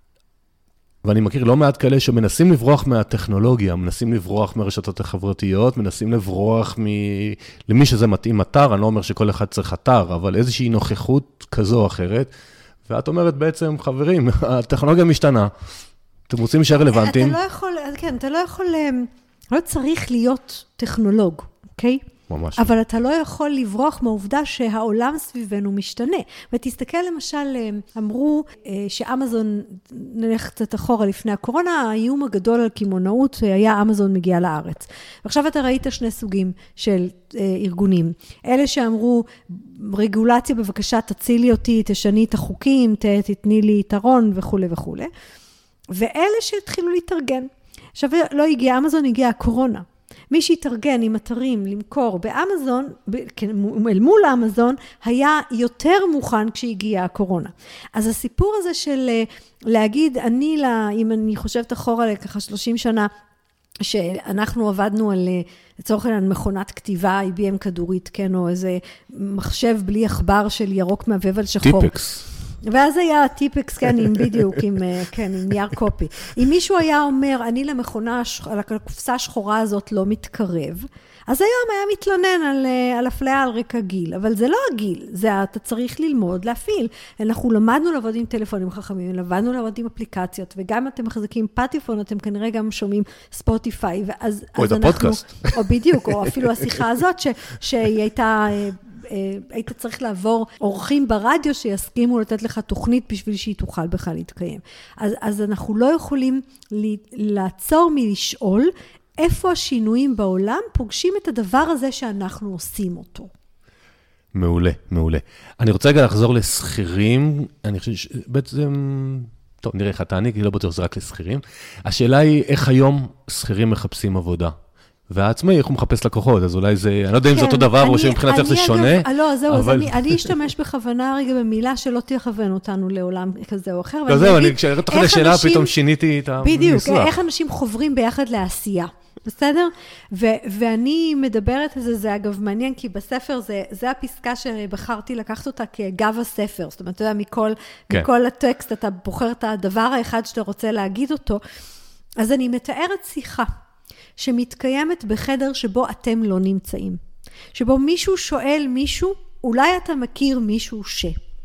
ואני מכיר לא מעט כאלה שמנסים לברוח מהטכנולוגיה, מנסים לברוח מהרשתות החברתיות, מנסים לברוח מ... למי שזה מתאים אתר, אני לא אומר שכל אחד צריך אתר, אבל איזושהי נוכחות כזו או אחרת, ואת אומרת בעצם, חברים, הטכנולוגיה משתנה, אתם רוצים להישאר רלוונטיים? אתה לא יכול, כן, אתה לא יכול, לא צריך להיות טכנולוג, אוקיי? ממש. אבל אתה לא יכול לברוח מהעובדה שהעולם סביבנו משתנה. ותסתכל למשל, אמרו שאמזון, נלך קצת אחורה לפני הקורונה, האיום הגדול על כימונאות היה אמזון מגיע לארץ. ועכשיו אתה ראית שני סוגים של ארגונים. אלה שאמרו, רגולציה בבקשה תצילי אותי, תשני את החוקים, תתני לי יתרון וכו' וכו'. ואלה שהתחילו להתארגן. עכשיו לא הגיע, אמזון הגיעה הקורונה. מי שהתארגן עם אתרים למכור באמזון, אל מול אמזון, היה יותר מוכן כשהגיעה הקורונה. אז הסיפור הזה של להגיד, אני, אם אני חושבת אחורה לככה שלושים שנה, שאנחנו עבדנו על, לצורך העניין, מכונת כתיבה, איי בי אם כדורית, כן, או איזה מחשב בלי עכבר של ירוק מעבב על שחור. טיפקס. ואז היה טיפקס, כן, עם בדיוק, עם, כן, עם נייר קופי. אם מישהו היה אומר, אני למכונה, על הקופסה השחורה הזאת לא מתקרב, אז היום היה מתלונן על, על אפליה על רקע גיל, אבל זה לא הגיל, זה אתה צריך ללמוד, להפעיל. אנחנו למדנו לעבוד עם טלפונים חכמים, למדנו לעבוד עם אפליקציות, וגם אתם מחזיקים פטיפון, אתם כנראה גם שומעים ספוטיפיי, ואז, או את הפודקאסט. או בדיוק, או אפילו השיחה הזאת, ש, שהיא הייתה, היית צריך לעבור אורחים ברדיו שיסכימו לתת לך תוכנית בשביל שהיא תוכל בכלל להתקיים. אז, אז אנחנו לא יכולים לעצור מלשאול, איפה השינויים בעולם פוגשים את הדבר הזה שאנחנו עושים אותו. מעולה, מעולה. אני רוצה רגע לחזור לסחירים, אני חושב שבעצם, טוב, נראה איך אתה עני, כי לא בטוח זה רק לסחירים. השאלה היא, איך היום סחירים מחפשים עבודה? והעצמאי, איך הוא מחפש לקוחות? אז אולי זה, אני לא יודע אם זה אותו דבר, או שמבחינת איך זה שונה. לא, זהו, אני אשתמש בכוונה רגע במילה שלא תכוון אותנו לעולם כזה או אחר. לא, זהו, כשאתה תוכל לשאלה, פתאום שיניתי את הניסוח. בדיוק, איך אנשים חוברים ביחד לעשייה. בסדר? ו- ואני מדברת על זה, זה אגב מעניין, כי בספר זה, זה הפסקה שבחרתי לקחת אותה כגב הספר. זאת אומרת, אתה יודע, מכל, כן. מכל הטקסט אתה בוחר את הדבר האחד שאתה רוצה להגיד אותו. אז אני מתארת שיחה שמתקיימת בחדר שבו אתם לא נמצאים. שבו מישהו שואל מישהו, אולי אתה מכיר מישהו ש...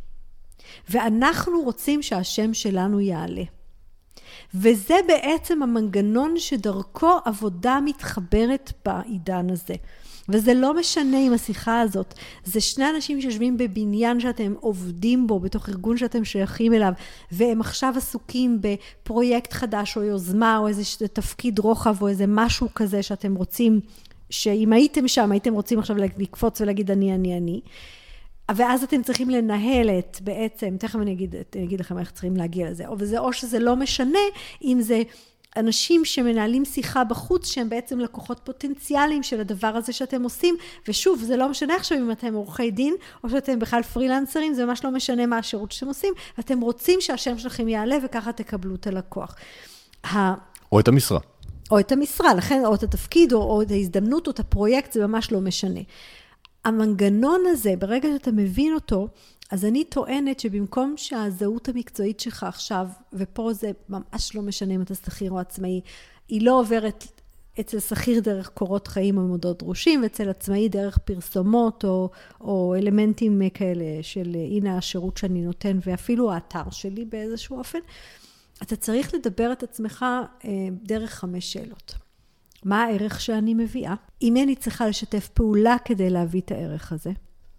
ואנחנו רוצים שהשם שלנו יעלה. וזה בעצם המנגנון שדרכו עבודה מתחברת בעידן הזה. וזה לא משנה עם השיחה הזאת. זה שני אנשים שיושבים בבניין שאתם עובדים בו, בתוך ארגון שאתם שייכים אליו, והם עכשיו עסוקים בפרויקט חדש או יוזמה, או איזה תפקיד רוחב, או איזה משהו כזה שאתם רוצים, שאם הייתם שם, הייתם רוצים עכשיו לקפוץ ולהגיד אני, אני, אני. ואז אתם צריכים לנהל את בעצם, תכף אני אגיד, אני אגיד לכם איך צריכים להגיע לזה, וזה או שזה לא משנה, אם זה אנשים שמנהלים שיחה בחוץ, שהם בעצם לקוחות פוטנציאליים של הדבר הזה שאתם עושים, ושוב, זה לא משנה עכשיו אם אתם עורכי דין, או שאתם בכלל פרילנסרים, זה ממש לא משנה מה השירות שאתם עושים, ואתם רוצים שהשם שלכם יעלה, וככה תקבלו את הלקוח. או את המשרה. או את המשרה, לכן, או את התפקיד, או, או את ההזדמנות, או את הפרויקט, זה ממש לא משנה. המנגנון הזה, ברגע שאתה מבין אותו, אז אני טוענת שבמקום שהזהות המקצועית שלך עכשיו, ופה זה ממש לא משנה אם אתה שכיר או עצמאי, היא לא עוברת אצל שכיר דרך קורות חיים או מודעות דרושים, ואצל עצמאי דרך פרסומות או, או אלמנטים כאלה של הנה השירות שאני נותן, ואפילו האתר שלי באיזשהו אופן, אתה צריך לדבר את עצמך דרך חמש שאלות. מה הערך שאני מביאה? אם אני צריכה לשתף פעולה כדי להביא את הערך הזה?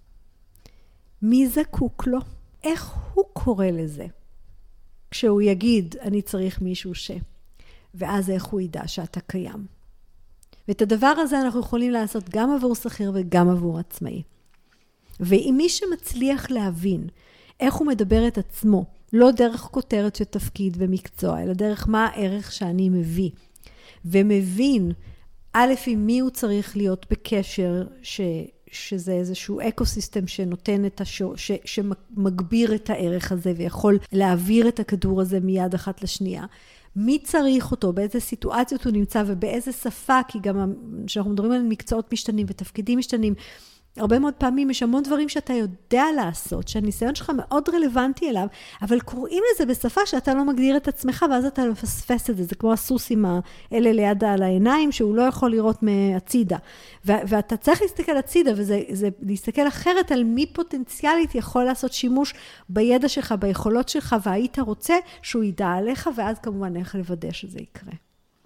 מי זקוק לו? איך הוא קורא לזה? כשהוא יגיד, אני צריך מישהו ש... ואז איך הוא ידע שאתה קיים. ואת הדבר הזה אנחנו יכולים לעשות גם עבור שכיר וגם עבור עצמאי. ואם מי שמצליח להבין איך הוא מדבר את עצמו, לא דרך כותרת של תפקיד ומקצוע, אלא דרך מה הערך שאני מביא, ומבין, א', עם מי הוא צריך להיות בקשר, ש, שזה איזשהו אקוסיסטם שנותן את השור, ש, שמגביר את הערך הזה, ויכול להעביר את הכדור הזה מיד אחת לשנייה. מי צריך אותו, באיזה סיטואציות הוא נמצא, ובאיזה שפה, כי גם כשאנחנו מדברים על מקצועות משתנים ותפקידים משתנים, הרבה מאוד פעמים יש המון דברים שאתה יודע לעשות, שהניסיון שלך מאוד רלוונטי אליו, אבל קוראים לזה בשפה שאתה לא מגדיר את עצמך, ואז אתה מפספס את זה. זה כמו הסוס עם האלה ליד על העיניים, שהוא לא יכול לראות מהצידה. ואתה צריך להסתכל הצידה, וזה זה להסתכל אחרת על מי פוטנציאלית יכול לעשות שימוש בידע שלך, ביכולות שלך, והיית רוצה שהוא ידע עליך, ואז כמובן איך לוודא שזה יקרה.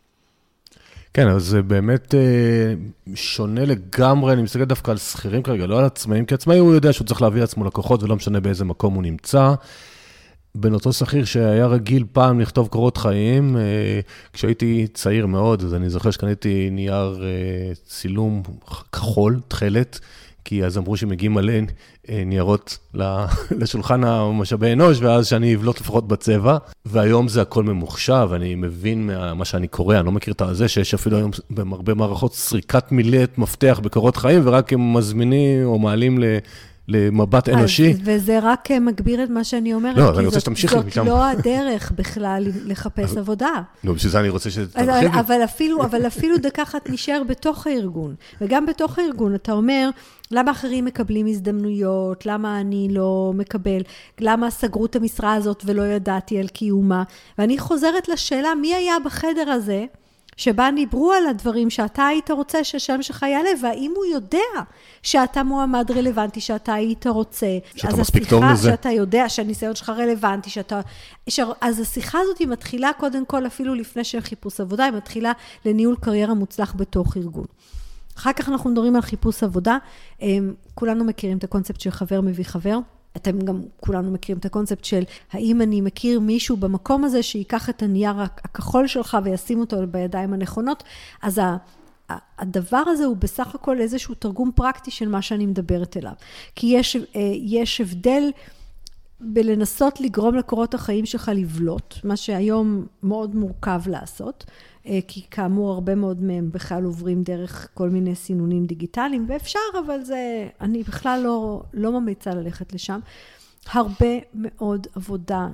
כן, אז זה באמת שונה לגמרי, אני מסתכל דווקא על שכירים כרגע, לא על עצמאים, כי עצמאי הוא יודע שהוא צריך להביא עצמו לקוחות, ולא משנה באיזה מקום הוא נמצא. בין אותו שכיר שהיה רגיל פעם לכתוב קורות חיים, כשהייתי צעיר מאוד, אז אני זוכר שקניתי נייר צילום כחול, תחלת, כי אז אמרו שמגיעים מלא ניירות לשולחן המשאבי אנוש, ואז שאני אבלוט לפחות בצבע, והיום זה הכל ממוחשב, אני מבין מה שאני קורא, אני לא מכיר את זה, שיש אפילו היום בהרבה מערכות סריקת מילת מפתח בקורות חיים, ורק הם מזמינים או מעלים ל... למבט אנושי. וזה רק מגביר את מה שאני אומרת. לא, אני רוצה שתמשיך לי משם. זאת לא הדרך בכלל לחפש עבודה. לא, בשביל זה אני רוצה שתרחיב לי. אבל אפילו, אבל אפילו דקה אחת נשאר בתוך הארגון. וגם בתוך הארגון אתה אומר, למה אחרים מקבלים הזדמנויות? למה אני לא מקבל? למה סגרו את המשרה הזאת ולא ידעתי על קיומה? ואני חוזרת לשאלה, מי היה בחדר הזה? שבה ניברו על הדברים שאתה היית רוצה שהשם שלך יעלה, והאם הוא יודע שאתה מועמד רלוונטי, שאתה היית רוצה, שאתה מספיק טוב לזה. שאתה יודע שהניסיון שלך רלוונטי, שאתה... אז השיחה הזאת היא מתחילה קודם כל, אפילו לפני של חיפוש עבודה, היא מתחילה לניהול קריירה מוצלח בתוך ארגון. אחר כך אנחנו מדברים על חיפוש עבודה, כולנו מכירים את הקונספט של חבר מביא חבר, אתם גם כולנו מכירים את הקונספט של האם אני מכיר מישהו במקום הזה שיקח את הנייר הכחול שלך וישים אותו בידיים הנכונות, אז הדבר הזה הוא בסך הכל איזשהו תרגום פרקטי של מה שאני מדברת אליו. כי יש, יש הבדל בלנסות לגרום לקורות החיים שלך לבלוט, מה שהיום מאוד מורכב לעשות, כי כאמור הרבה מאוד מהם בכלל עוברים דרך כל מיני סינונים דיגיטליים, ואפשר, אבל זה, אני בכלל לא, לא ממליצה ללכת לשם. הרבה מאוד עבודה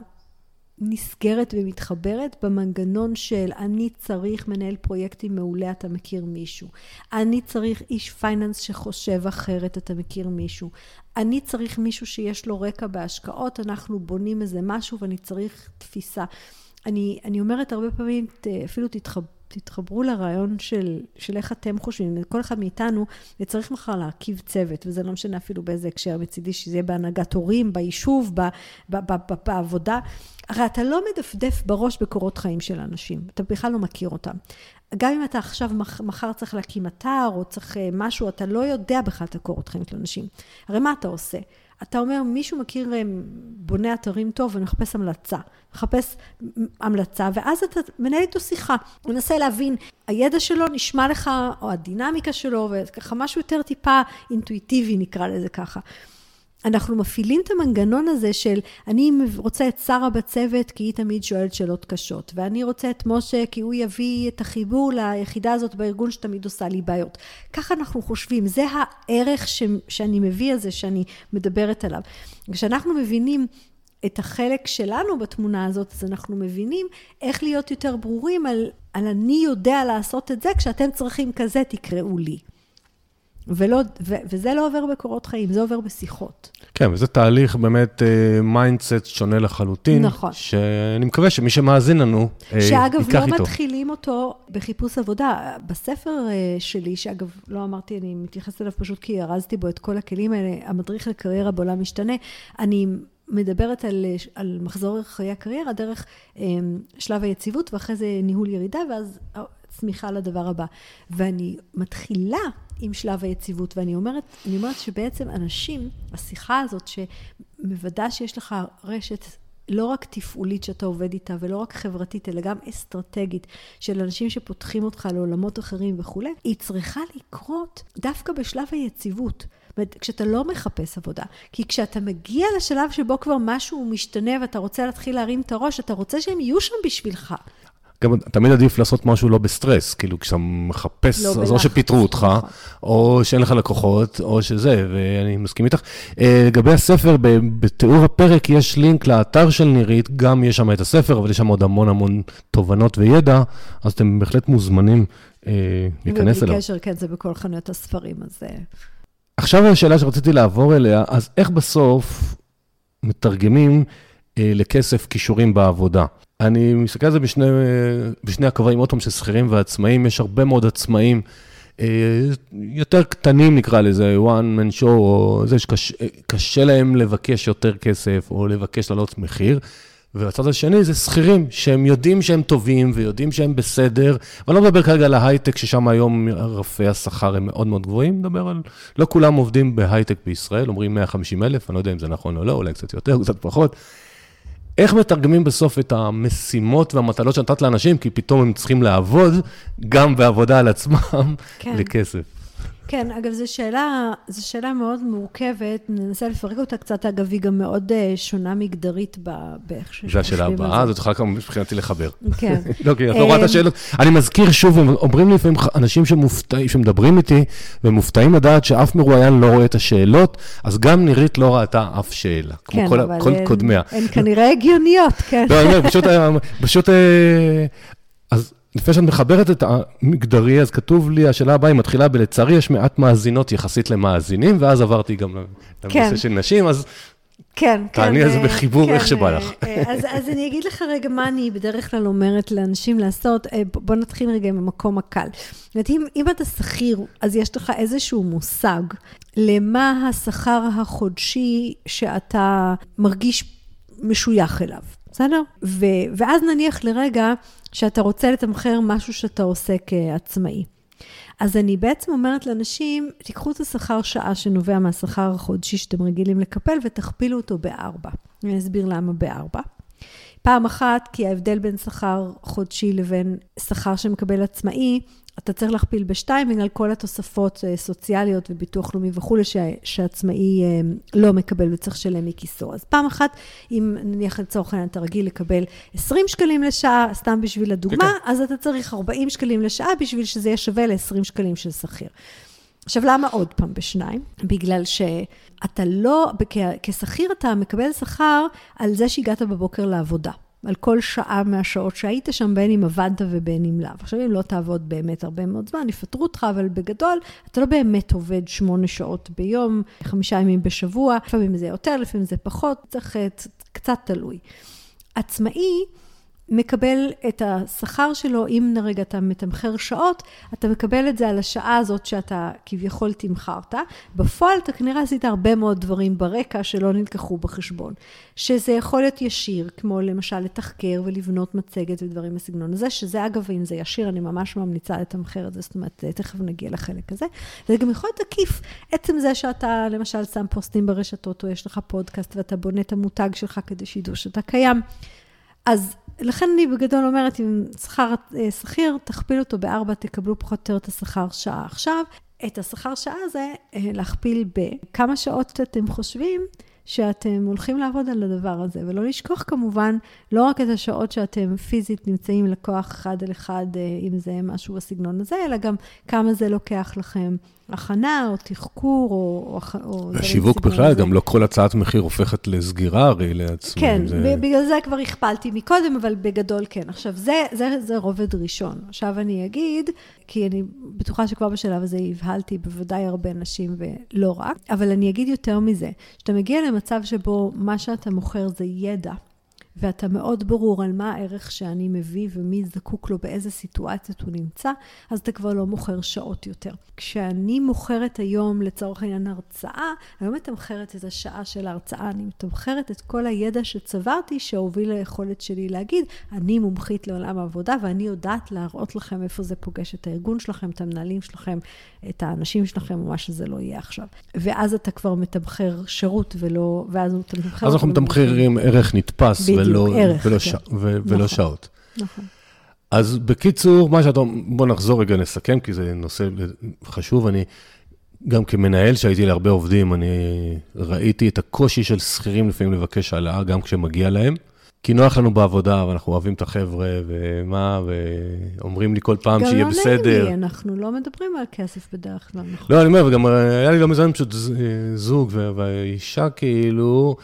נסגרת ומתחברת במנגנון של אני צריך מנהל פרויקטים מעולה, אתה מכיר מישהו. אני צריך איש פייננס שחושב אחרת, אתה מכיר מישהו. אני צריך מישהו שיש לו רקע בהשקעות, אנחנו בונים איזה משהו ואני צריך תפיסה. אני, אני אומרת הרבה פעמים, אפילו תתחב, תתחברו לרעיון של, של איך אתם חושבים, כל אחד מאיתנו צריך מחר להרכיב צוות, וזה לא משנה אפילו באיזה הקשר מצידי, שזה יהיה בהנהגת הורים, ביישוב, ב, ב, ב, ב, בעבודה. הרי אתה לא מדפדף בראש בקורות חיים של אנשים, אתה בכלל לא מכיר אותם. גם אם אתה עכשיו מחר צריך להקים אתר, או צריך משהו, אתה לא יודע בכלל את הקורות חיים של אנשים. הרי מה אתה עושה? אתה אומר, מישהו מכיר בונה אתרים טוב, ונחפש המלצה. נחפש המלצה, ואז אתה מנהל איתו שיחה. הוא מנסה להבין, הידע שלו נשמע לך, או הדינמיקה שלו, וככה משהו יותר טיפה אינטואיטיבי, נקרא לזה ככה. אנחנו מפעילים את המנגנון הזה של, אני רוצה את שרה בצוות, כי היא תמיד שואלת שאלות קשות, ואני רוצה את משה, כי הוא יביא את החיבור ליחידה הזאת בארגון, שתמיד עושה לי בעיות. ככה אנחנו חושבים, זה הערך ש, שאני מביא הזה, שאני מדברת עליו. כשאנחנו מבינים את החלק שלנו בתמונה הזאת, אז אנחנו מבינים איך להיות יותר ברורים על, על אני יודע לעשות את זה, כשאתם צריכים כזה, תקראו לי. ולא, ו, וזה לא עובר בקורות חיים, זה עובר בשיחות. כן, וזה תהליך באמת מיינדסט שונה לחלוטין. נכון. שאני מקווה שמי שמאזין לנו ייקח איתו. שאגב, לא מתחילים אותו בחיפוש עבודה. בספר שלי, שאגב, לא אמרתי, אני מתייחסת אליו פשוט כי הרזתי בו את כל הכלים האלה, המדריך לקריירה בעולם משתנה, אני מדברת על, על מחזור חיי הקריירה, דרך שלב היציבות, ואחרי זה ניהול ירידה, ואז צמיחה לדבר הבא. ואני מתחילה עם שלב היציבות, ואני אומרת, אני אומרת שבעצם אנשים, השיחה הזאת שמוודא שיש לך רשת לא רק תפעולית שאתה עובד איתה, ולא רק חברתית, אלא גם אסטרטגית, של אנשים שפותחים אותך לעולמות אחרים וכו', היא צריכה לקרות דווקא בשלב היציבות. כשאתה לא מחפש עבודה. כי כשאתה מגיע לשלב שבו כבר משהו משתנה, ואתה רוצה להתחיל להרים את הראש, אתה רוצה שהם יהיו שם בשבילך. גם תמיד עדיף לעשות משהו לא בסטרס, כאילו כשאתה מחפש, לא אז או שפיתרו אותך, או שאין לך לקוחות, או שזה, ואני מסכים איתך. לגבי הספר, בתיאור הפרק יש לינק לאתר של נירית, גם יש שם את הספר, אבל יש שם עוד המון המון תובנות וידע, אז אתם בהחלט מוזמנים להיכנס אליו. ובקשר, כן, זה בכל חנויות הספרים, אז... עכשיו השאלה שרציתי לעבור אליה, אז איך בסוף מתרגמים לכסף קישורים בעבודה? אני מסתכל על זה בשני, בשני הקווים, עוד פעם של שכירים ועצמאים, יש הרבה מאוד עצמאים, יותר קטנים נקרא לזה, one man show, או זה שקשה להם לבקש יותר כסף, או לבקש לעלות מחיר, והצד השני זה שכירים, שהם יודעים שהם טובים, ויודעים שהם בסדר, ואני לא מדבר כרגע על ההייטק, ששם היום רפי השכר הם מאוד מאוד גבוהים, מדבר על, לא כולם עובדים בהייטק בישראל, אומרים מאה וחמישים אלף, אני לא יודע אם זה נכון או לא, אולי קצת יותר, קצת פחות, איך מתרגמים בסוף את המשימות והמטלות שנתת לאנשים, כי פתאום הם צריכים לעבוד, גם בעבודה על עצמם, כן. לכסף. כן, אגב, זו שאלה, זו שאלה מאוד מורכבת, ננסה לפרק אותה קצת, אגב, היא גם מאוד שונה מגדרית באיך שחושבים. זו השאלה הבאה, זאת יכולה גם מבחינתי לחבר. כן. לא, כי את לא רואה את השאלות. אני מזכיר שוב, אומרים לי לפעמים אנשים שמופתעים, שמדברים איתי, ומופתעים לדעת שאף מרואיין לא רואה את השאלות, אז גם נירית לא ראתה אף שאלה, כמו כל קודמיה. הן כנראה הגיוניות, כן. לא, אני אומר, פשוט, אז לפני שאת מחברת את המגדרי, אז כתוב לי, השאלה הבאה היא מתחילה בלצערי, יש מעט מאזינות יחסית למאזינים, ואז עברתי גם לנושא של נשים, אז תעני על זה בחיבור איך שבא לך. אז אני אגיד לך רגע מה אני בדרך כלל אומרת לאנשים לעשות, בוא נתחיל רגע עם המקום הקל. אם אתה שכיר, אז יש לך איזשהו מושג, למה השכר החודשי שאתה מרגיש משוייך אליו. בסדר? ו- ואז נניח לרגע שאתה רוצה לתמחר משהו שאתה עושה כעצמאי. אז אני בעצם אומרת לאנשים, תיקחו את השכר שעה שנובע מהשכר החודשי שאתם רגילים לקפל, ותכפילו אותו בארבע. אני אסביר למה בארבע. פעם אחת, כי ההבדל בין שכר חודשי לבין שכר שמקבל עצמאי, אתה צריך להכפיל בשתיים, בגלל כל התוספות סוציאליות וביטוח לאומי וכו', שעצמאי לא מקבל וצריך שלם מכיסו. אז פעם אחת, אם נניח לצורך העניין, אתה רגיל לקבל עשרים שקלים לשעה, סתם בשביל הדוגמה, אז אתה צריך ארבעים שקלים לשעה, בשביל שזה יהיה שווה ל-עשרים שקלים של שכיר. עכשיו, למה עוד פעם בשניים? בגלל שאתה לא, כשכיר אתה מקבל שכר על זה שהגעת בבוקר לעבודה. על כל שעה מהשעות שהיית שם, בין אם עבדת ובין אם לאו. עכשיו, אם לא תעבוד באמת הרבה מאוד זמן, יפטרו אותך, אבל בגדול, אתה לא באמת עובד שמונה שעות ביום, חמישה ימים בשבוע, לפעמים זה יותר, לפעמים זה פחות, צריך קצת תלוי. עצמאי מקבל את השכר שלו, אם נרגע אתה מתמחר שעות, אתה מקבל את זה על השעה הזאת שאתה כביכול תמחרת. בפועל אתה כנראה עשית הרבה מאוד דברים ברקע שלא נלקחו בחשבון. שזה יכול להיות ישיר, כמו למשל לתחקר ולבנות מצגת ודברים בסגנון הזה, שזה אגב, אם זה ישיר, אני ממש ממליצה לתמחר את זה, זאת אומרת, תכף נגיע לחלק הזה. זה גם יכול להיות עקיף, עצם זה שאתה למשל שם פוסטים ברשתות, או יש לך פודקאסט ואתה בונה את המותג שלך כדי שידעו שאתה קיים. אז לכן אני בגדול אומרת, אם שכר שכיר, תכפיל אותו בארבע, תקבלו פחות או יותר את השכר שעה. עכשיו, את השכר שעה הזה, להכפיל בכמה שעות אתם חושבים, שאתם הולכים לעבוד על הדבר הזה, ולא לשכוח כמובן, לא רק את השעות שאתם פיזית נמצאים לקוח אחד על אחד, אם זה משהו בסגנון הזה, אלא גם כמה זה לוקח לכם הכנה, או תחקור, או... או השיווק בכלל, הזה. גם לא כל הצעת מחיר הופכת לסגירה, הרי לעצמם. כן, זה... בגלל זה כבר הכפלתי מקודם, אבל בגדול כן. עכשיו, זה, זה, זה רובד ראשון. עכשיו אני אגיד, כי אני בטוחה שכבר בשלב הזה הבהלתי בוודאי הרבה נשים ולא רק, אבל אני אגיד יותר מזה, שאתה מגיע למצב שבו מה שאתה מוכר זה ידע, ואתה מאוד ברור על מה הערך שאני מביא ומי זקוק לו באיזה סיטואציות הוא נמצא, אז אתה כבר לא מוכר שעות יותר. כשאני מוכרת היום לצורך העניין הרצאה, אני לא מתמחרת את השעה של ההרצאה, אני מתמחרת את כל הידע שצברתי שהוביל ליכולת שלי להגיד, אני מומחית לעולם העבודה ואני יודעת להראות לכם איפה זה פוגש את הארגון שלכם, את המנהלים שלכם, את האנשים שלכם, או מה שזה לא יהיה עכשיו. ואז אתה כבר מתמחר שירות ולא, ואז אתה מתמחר... אז אנחנו מתמחרים ערך נתפס ולא, ולא, ש... ו... ולא שעות. נכון. אז בקיצור, מה שאתה... בוא נחזור רגע נסכם, כי זה נושא חשוב. אני גם כמנהל שהייתי להרבה עובדים, אני ראיתי את הקושי של שכירים לפעמים לבקש העלאה, גם כשמגיע להם. כי נוח לנו בעבודה, ואנחנו אוהבים את החבר'ה, ומה, ואומרים לי כל פעם שיהיה בסדר. גם לא נעים לי, אנחנו לא מדברים על כסף בדרך כלל, נכון. לא, אני אומר, וגם היה לי לא מזמן פשוט זוג, והאישה כאילו,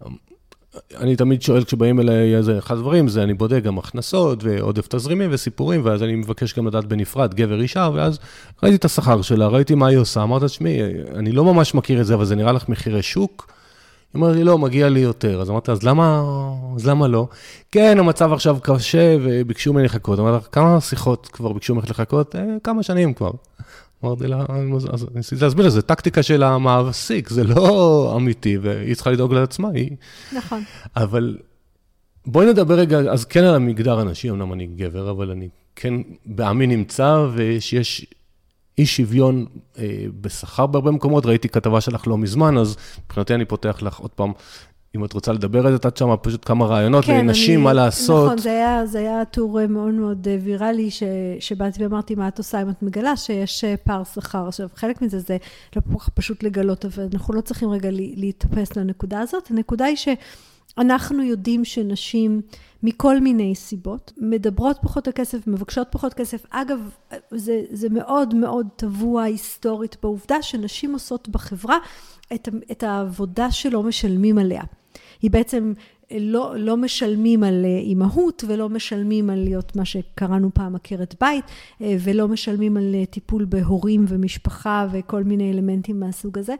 אני תמיד שואל כשבאים אליי איזה אחד דברים, זה אני בודק גם הכנסות, ועודף תזרימים וסיפורים, ואז אני מבקש גם לדעת בנפרד, גבר אישה, ואז ראיתי את השכר שלה, ראיתי מה היא עושה, אמרת, שמי, אני לא ממש מכיר את זה, אבל זה נראה לך מחירי שוק, היא אומרת לי, לא, מגיע לי יותר. אז אמרתי, אז למה, אז למה לא? כן, המצב עכשיו קשה, וביקשו ממני לחכות. אמרתי, כמה שיחות כבר ביקשו ממך לחכות? אה, כמה שנים כבר. אמרתי לה, אז ניסיתי להסביר, זה טקטיקה של המעסיק, זה לא אמיתי, והיא צריכה לדאוג לעצמה, היא... נכון. אבל בואי נדבר רגע, אז כן על המגדר הנשי, אמנם אני גבר, אבל אני כן בעמי נמצא, ושיש... אי שוויון אה, בשכר בהרבה מקומות, ראיתי כתבה שלך לא מזמן, אז מבחינתי אני פותח לך עוד פעם אם את רוצה לדבר על זה, את שמה פשוט כמה רעיונות כן, לנשים, אני, מה לעשות. נכון, זה היה, זה היה טור מאוד מאוד ויראלי, ש, שבאתי ואמרתי, מה את עושה אם את מגלה שיש פער שכר. עכשיו, חלק מזה זה לא פשוט לגלות, אבל אנחנו לא צריכים רגע להתאפס לנקודה הזאת. הנקודה היא שאנחנו יודעים שנשים, מכל מיני סיבות, מדברות פחות הכסף, מבקשות פחות כסף. אגב, זה, זה מאוד מאוד טבוע היסטורית בעובדה שנשים עושות בחברה את, את העבודה שלא משלמים עליה. היא בעצם לא, לא משלמים על אימהות, ולא משלמים על להיות מה שקראנו פעם עקרת בית, ולא משלמים על טיפול בהורים ומשפחה וכל מיני אלמנטים מהסוג הזה.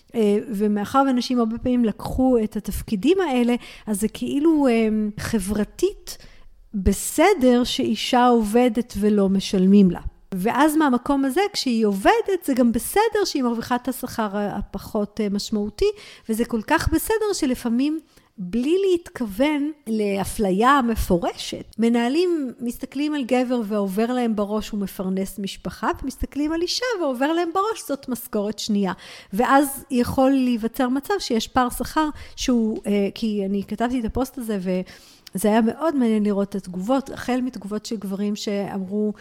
ומאחר ואנשים הרבה פעמים לקחו את התפקידים האלה, אז זה כאילו חברתית בסדר שאישה עובדת ולא משלמים לה. ואז מהמקום הזה, כשהיא עובדת, זה גם בסדר שהיא מרוויחה את השכר הפחות משמעותי, וזה כל כך בסדר שלפעמים בלי להתכוון לאפליה מפורשת. מנהלים מסתכלים על גבר ועובר להם בראש הוא מפרנס משפחה, ומסתכלים על אישה ועובר להם בראש זאת משכורת שנייה. ואז יכול להיווצר מצב שיש פער שכר שהוא, כי אני כתבתי את הפוסט הזה וזה היה מאוד מעניין לראות את התגובות, החל מתגובות של גברים שאמרו,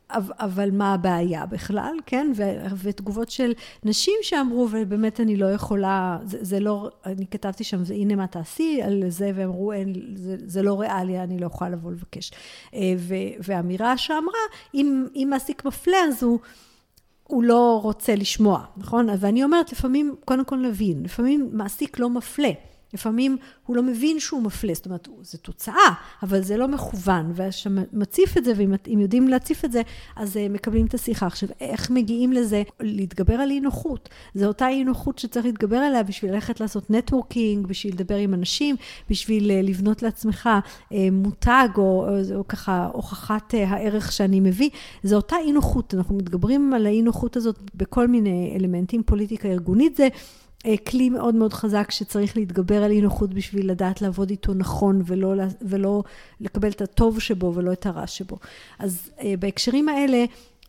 אבל מה הבעיה בכלל, כן? ותגובות של נשים שאמרו, ובאמת אני לא יכולה, זה, זה לא, אני כתבתי שם, זה, הנה מה תעשי על זה, ואמרו, אין, זה, זה לא ריאלי, אני לא יכולה לבוא לבקש. ו, והאמירה שאמרה, אם, אם מעסיק מפלה, אז הוא, הוא לא רוצה לשמוע, נכון? ואני אומרת, לפעמים, קודם כל נבין, לפעמים מעסיק לא מפלה, לפעמים הוא לא מבין שהוא מפלה, זאת אומרת, זו תוצאה, אבל זה לא מכוון, ושמציף את זה, ואם יודעים להציף את זה, אז מקבלים את השיחה. עכשיו, איך מגיעים לזה? להתגבר על אי נוחות. זו אותה אי נוחות שצריך להתגבר עליה, בשביל ללכת לעשות נטוורקינג, בשביל לדבר עם אנשים, בשביל לבנות לעצמך מותג, או, או ככה הוכחת הערך שאני מביא. זו אותה אי נוחות. אנחנו מתגברים על האי נוחות הזאת בכל מיני אלמנטים, פוליטיקה ארגונית זה, כלי מאוד מאוד חזק שצריך להתגבר על אי נוחות בשביל לדעת לעבוד איתו נכון ולא, ולא לקבל את הטוב שבו ולא את הרע שבו. אז בהקשרים האלה,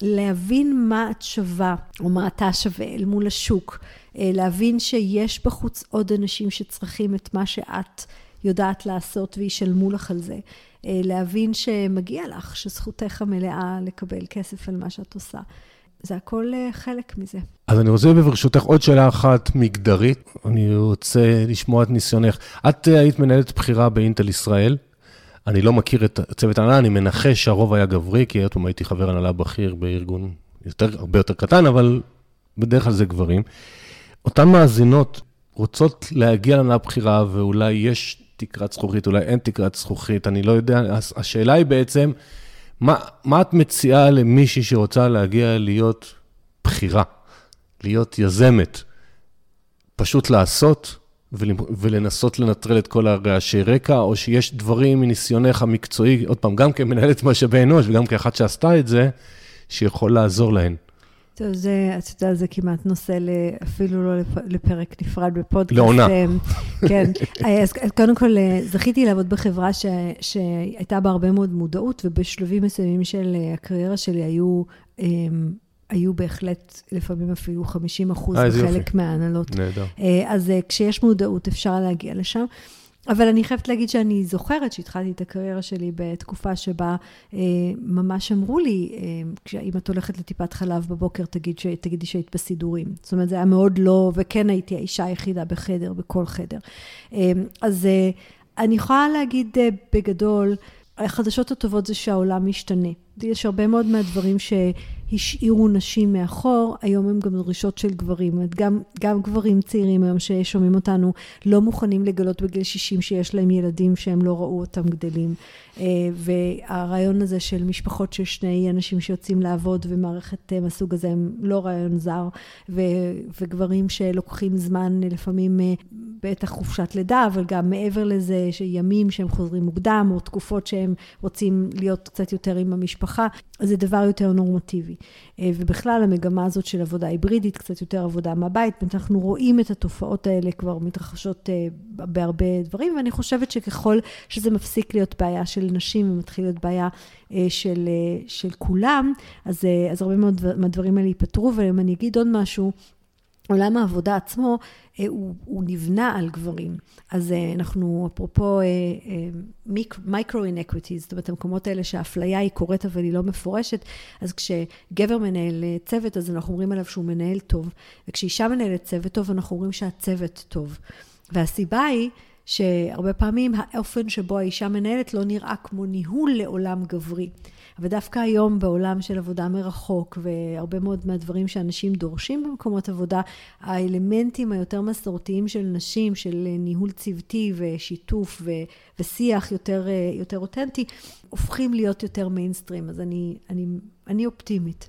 להבין מה את שווה או מה אתה שווה אל מול השוק, להבין שיש בחוץ עוד אנשים שצריכים את מה שאת יודעת לעשות וישלמו לך על זה, להבין שמגיע לך, שזכותך המלאה לקבל כסף על מה שאת עושה. זה הכל חלק מזה. אז אני רוצה בברשותך עוד שאלה אחת מגדרית, אני רוצה לשמוע את ניסיונך. את היית מנהלת בחירה באינטל ישראל, אני לא מכיר את צוות ההנהלה, אני מנחש שהרוב היה גברי, כי עוד פעם הייתי חבר הנהלה בכיר בארגון יותר, הרבה יותר קטן, אבל בדרך כלל זה גברים. אותן מאזינות רוצות להגיע להנהלה בחירה, ואולי יש תקרת זכוכית, אולי אין תקרת זכוכית, אני לא יודע, השאלה היא בעצם, מה, מה את מציעה למישהי שרוצה להגיע להיות בחירה, להיות יזמת, פשוט לעשות ולנסות לנטרל את כל הרעשי רקע, או שיש דברים מניסיונך המקצועי, עוד פעם, גם כמנהלת משאבי אנוש וגם כאחת שעשתה את זה, שיכול לעזור להן. טוב, זה, את יודעת, זה כמעט נושא אפילו לא לפרק נפרד בפודקאסט. לעונה. כן. אז קודם כל, זכיתי לעבוד בחברה ש, שהייתה בה הרבה מאוד מודעות, ובשלבים מסוימים של הקריירה שלי היו, היו בהחלט לפעמים אפילו חמישים אחוז בחלק מההנהלות. נהדר. אז כשיש מודעות אפשר להגיע לשם. אבל אני חייבת להגיד שאני זוכרת שהתחלתי את הקריירה שלי בתקופה שבה אה, ממש אמרו לי, אה, אם את הולכת לטיפת חלב בבוקר, תגיד ש, תגידי שהיית בסידורים. זאת אומרת, זה היה מאוד לא, וכן הייתי האישה היחידה בחדר, בכל חדר. אה, אז אה, אני יכולה להגיד אה, בגדול, החדשות הטובות זה שהעולם משתנה. יש הרבה מאוד מהדברים שהשאירו נשים מאחור, היום הם גם דרישות של גברים. גם, גם גברים צעירים היום ששומעים אותנו לא מוכנים לגלות בגיל שישים שיש להם ילדים שהם לא ראו אותם גדלים. והרעיון הזה של משפחות של שני אנשים שיוצאים לעבוד ומערכת מסוג הזה הם לא רעיון זר, וגברים שלוקחים זמן לפעמים בטח חופשת לידה, אבל גם מעבר לזה שימים שהם חוזרים מוקדם, או תקופות שהם רוצים להיות קצת יותר עם המשפחה, זה דבר יותר נורמטיבי. ובכלל המגמה הזאת של עבודה היברידית, קצת יותר עבודה מהבית, אנחנו רואים את התופעות האלה כבר מתרחשות בהרבה דברים, ואני חושבת שככל שזה מפסיק להיות בעיה של נשים, ומתחיל להיות בעיה של, של כולם, אז, אז הרבה מאוד מהדברים האלה ייפתרו, ואם אני אגיד עוד משהו, עולם העבודה עצמו, הוא, הוא נבנה על גברים. אז אנחנו, אפרופו micro-inequities, זאת אומרת, המקומות האלה שהאפליה היא קורית, אבל היא לא מפורשת, אז כשגבר מנהל צוות, אז אנחנו אומרים עליו שהוא מנהל טוב, וכשאישה מנהלת צוות טוב, אנחנו אומרים שהצוות טוב. והסיבה היא, שהרבה פעמים האופן שבו האישה מנהלת לא נראה כמו ניהול לעולם גברי. אבל דווקא היום בעולם של עבודה מרחוק, והרבה מאוד מהדברים שאנשים דורשים במקומות עבודה, האלמנטים היותר מסורתיים של נשים, של ניהול צוותי ושיתוף ו- ושיח יותר, יותר אותנטי, הופכים להיות יותר מיינסטרים. אז אני, אני, אני אופטימית.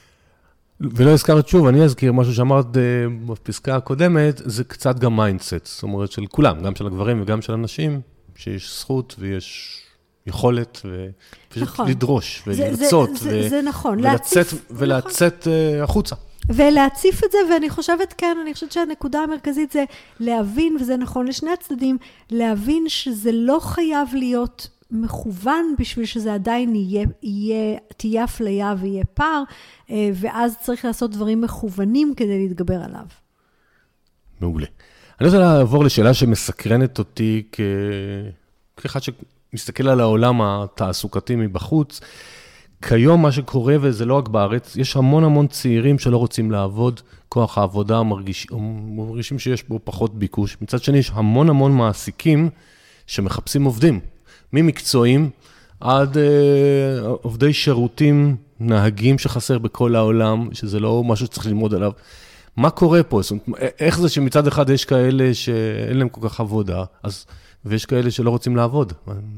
ולא הזכרת שוב, אני אזכיר משהו שאמרת בפסקה הקודמת, זה קצת גם מיינדסט, זאת אומרת של כולם, גם של הגברים וגם של הנשים, שיש זכות ויש יכולת, ופשוט נכון. לדרוש ולרצות, זה, זה, ו- זה נכון. ולצאת, להציף, ולצאת נכון. החוצה. ולהציף את זה, ואני חושבת, כן, אני חושבת שהנקודה המרכזית זה להבין, וזה נכון לשני הצדדים, להבין שזה לא חייב להיות מכוון בשביל שזה עדיין יהיה, יהיה, תהיה אפליה ויהיה פער, ואז צריך לעשות דברים מכוונים כדי להתגבר עליו. מעולה. אני רוצה לעבור לשאלה שמסקרנת אותי כ... כאחד שמסתכל על העולם התעסוקתי מבחוץ. כיום מה שקורה, וזה לא רק בארץ, יש המון המון צעירים שלא רוצים לעבוד, כוח העבודה מרגיש, מרגישים שיש בו פחות ביקוש. מצד שני, יש המון המון מעסיקים שמחפשים עובדים. ממקצועים עד אה, עובדי שירותים, נהגים שחסר בכל העולם, שזה לא משהו שצריך ללמוד עליו. מה קורה פה? זאת אומרת, איך זה שמצד אחד יש כאלה שאין להם כל כך עבודה, אז, ויש כאלה שלא רוצים לעבוד?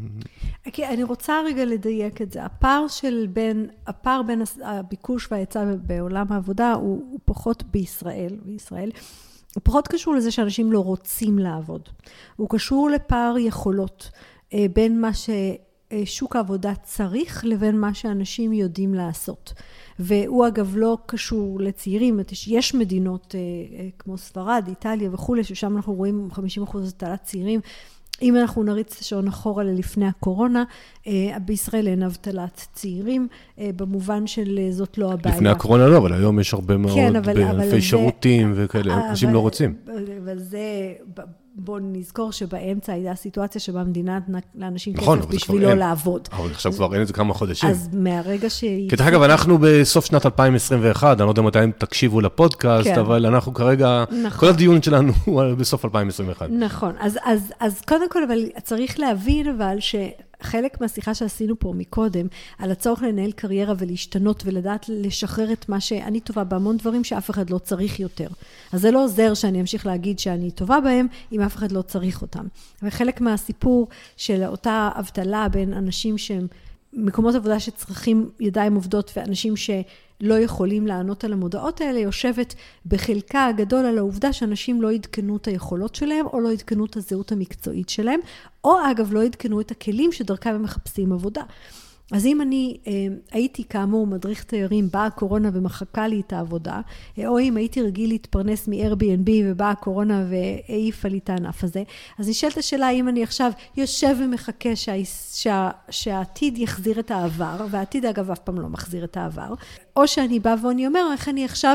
Okay, אני רוצה רגע לדייק את זה. הפער של בין, הפער בין הביקוש וההיצע בעולם העבודה הוא, הוא פחות בישראל, בישראל. הוא פחות קשור לזה שאנשים לא רוצים לעבוד. הוא קשור לפער יכולות. בין מה ששוק העבודה צריך לבין מה שאנשים יודעים לעשות. והוא אגב לא קשור לצעירים, יש מדינות כמו ספרד, איטליה וכו', ששם אנחנו רואים חמישים אחוז אבטלת צעירים. אם אנחנו נריץ את השעון אחורה ללפני הקורונה, בישראל אין אבטלת צעירים, במובן של זאת לא הבעיה. לפני הקורונה לא, אבל היום יש הרבה מאוד כן, אבל, באלפי אבל שירותים זה, וכאלה, אנשים לא רוצים. וזה... בואו נזכור שבאמצע הייתה סיטואציה שבה המדינה לאנשים כסף בשביל לא לעבוד. אבל עכשיו כבר אין את זה כמה חודשים. אז מהרגע שהיא... כדרך אגב, אנחנו בסוף שנת אלפיים עשרים ואחת, אני לא יודע מתי תקשיבו לפודקאסט, אבל אנחנו כרגע, כל הדיון שלנו הוא בסוף אלפיים עשרים ואחת. נכון, אז קודם כל, אבל צריך להבין אבל ש... חלק מהשיחה שעשינו פה מקודם, על הצורך לנהל קריירה ולהשתנות ולדעת לשחרר את מה שאני טובה בהמון דברים שאף אחד לא צריך יותר. אז זה לא עוזר שאני אמשיך להגיד שאני טובה בהם, אם אף אחד לא צריך אותם. וחלק מהסיפור של אותה אבטלה בין אנשים שהם מקומות עבודה שצריכים ידיים עובדות ואנשים שלא יכולים לענות על המודעות האלה, יושבת בחלקה הגדול על העובדה שאנשים לא ידכנו את היכולות שלהם, או לא ידכנו את הזהות המקצועית שלהם, או אגב לא ידכנו את הכלים שדרכם הם מחפשים עבודה. אז אם אני אה, הייתי כאמור מדריך תיירים, באה הקורונה ומחקה לי את העבודה, או אם הייתי רגיל להתפרנס מ-Airbnb ובאה הקורונה והעיפה לי את הענף הזה, אז נשאלת השאלה האם אני עכשיו יושב ומחכה שה, שה, שהעתיד יחזיר את העבר, והעתיד אגב אף פעם לא מחזיר את העבר, או שאני באה ואני אומר איך אני עכשיו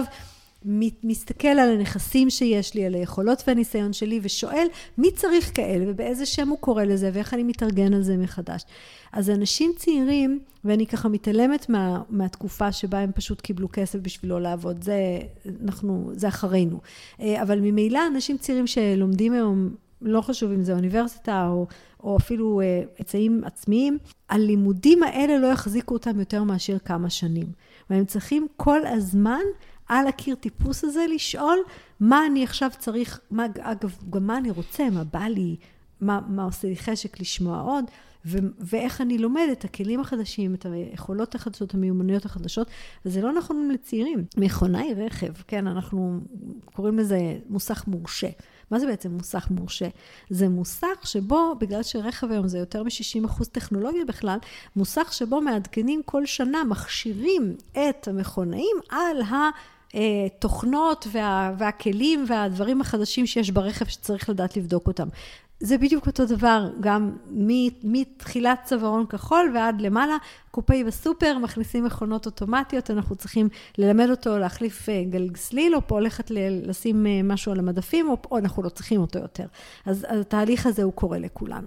מסתכל על הנכסים שיש לי, על היכולות והניסיון שלי, ושואל מי צריך כאלה, ובאיזה שם הוא קורא לזה, ואיך אני מתארגן על זה מחדש. אז אנשים צעירים, ואני ככה מתעלמת מה, מהתקופה שבה הם פשוט קיבלו כסף בשביל לא לעבוד, זה, אנחנו, זה אחרינו. אבל ממילא אנשים צעירים שלומדים היום, לא חשוב אם זה אוניברסיטה, או, או אפילו אמצעים עצמיים, הלימודים האלה לא יחזיקו אותם יותר מאשר כמה שנים. והם צריכים כל הזמן על הקיר טיפוס הזה לשאול מה אני עכשיו צריך, מה, אגב, גם מה אני רוצה, מה בא לי, מה, מה עושה לי חשק לשמוע עוד, ו, ואיך אני לומד את הכלים החדשים, את היכולות החדשות, המיומנויות החדשות, וזה לא נכון לצעירים. מכונה היא רכב, כן, אנחנו קוראים לזה מוסך מורשה. מה זה בעצם מוסך מורשה? זה מוסך שבו, בגלל שרכב היום זה יותר מ-שישים אחוז טכנולוגיה בכלל, מוסך שבו מעדכנים כל שנה, מכשירים את המכונאים על התוכנות וה, והכלים והדברים החדשים שיש ברכב שצריך לדעת לבדוק אותם. זה בדיוק אותו דבר, גם מתחילת צווארון כחול ועד למעלה, קופאי בסופר, מכניסים מכונות אוטומטיות, אנחנו צריכים ללמד אותו להחליף גלגסליל, או פה הולכת לשים משהו על המדפים, או, או אנחנו לא צריכים אותו יותר. אז התהליך הזה הוא קורה לכולנו.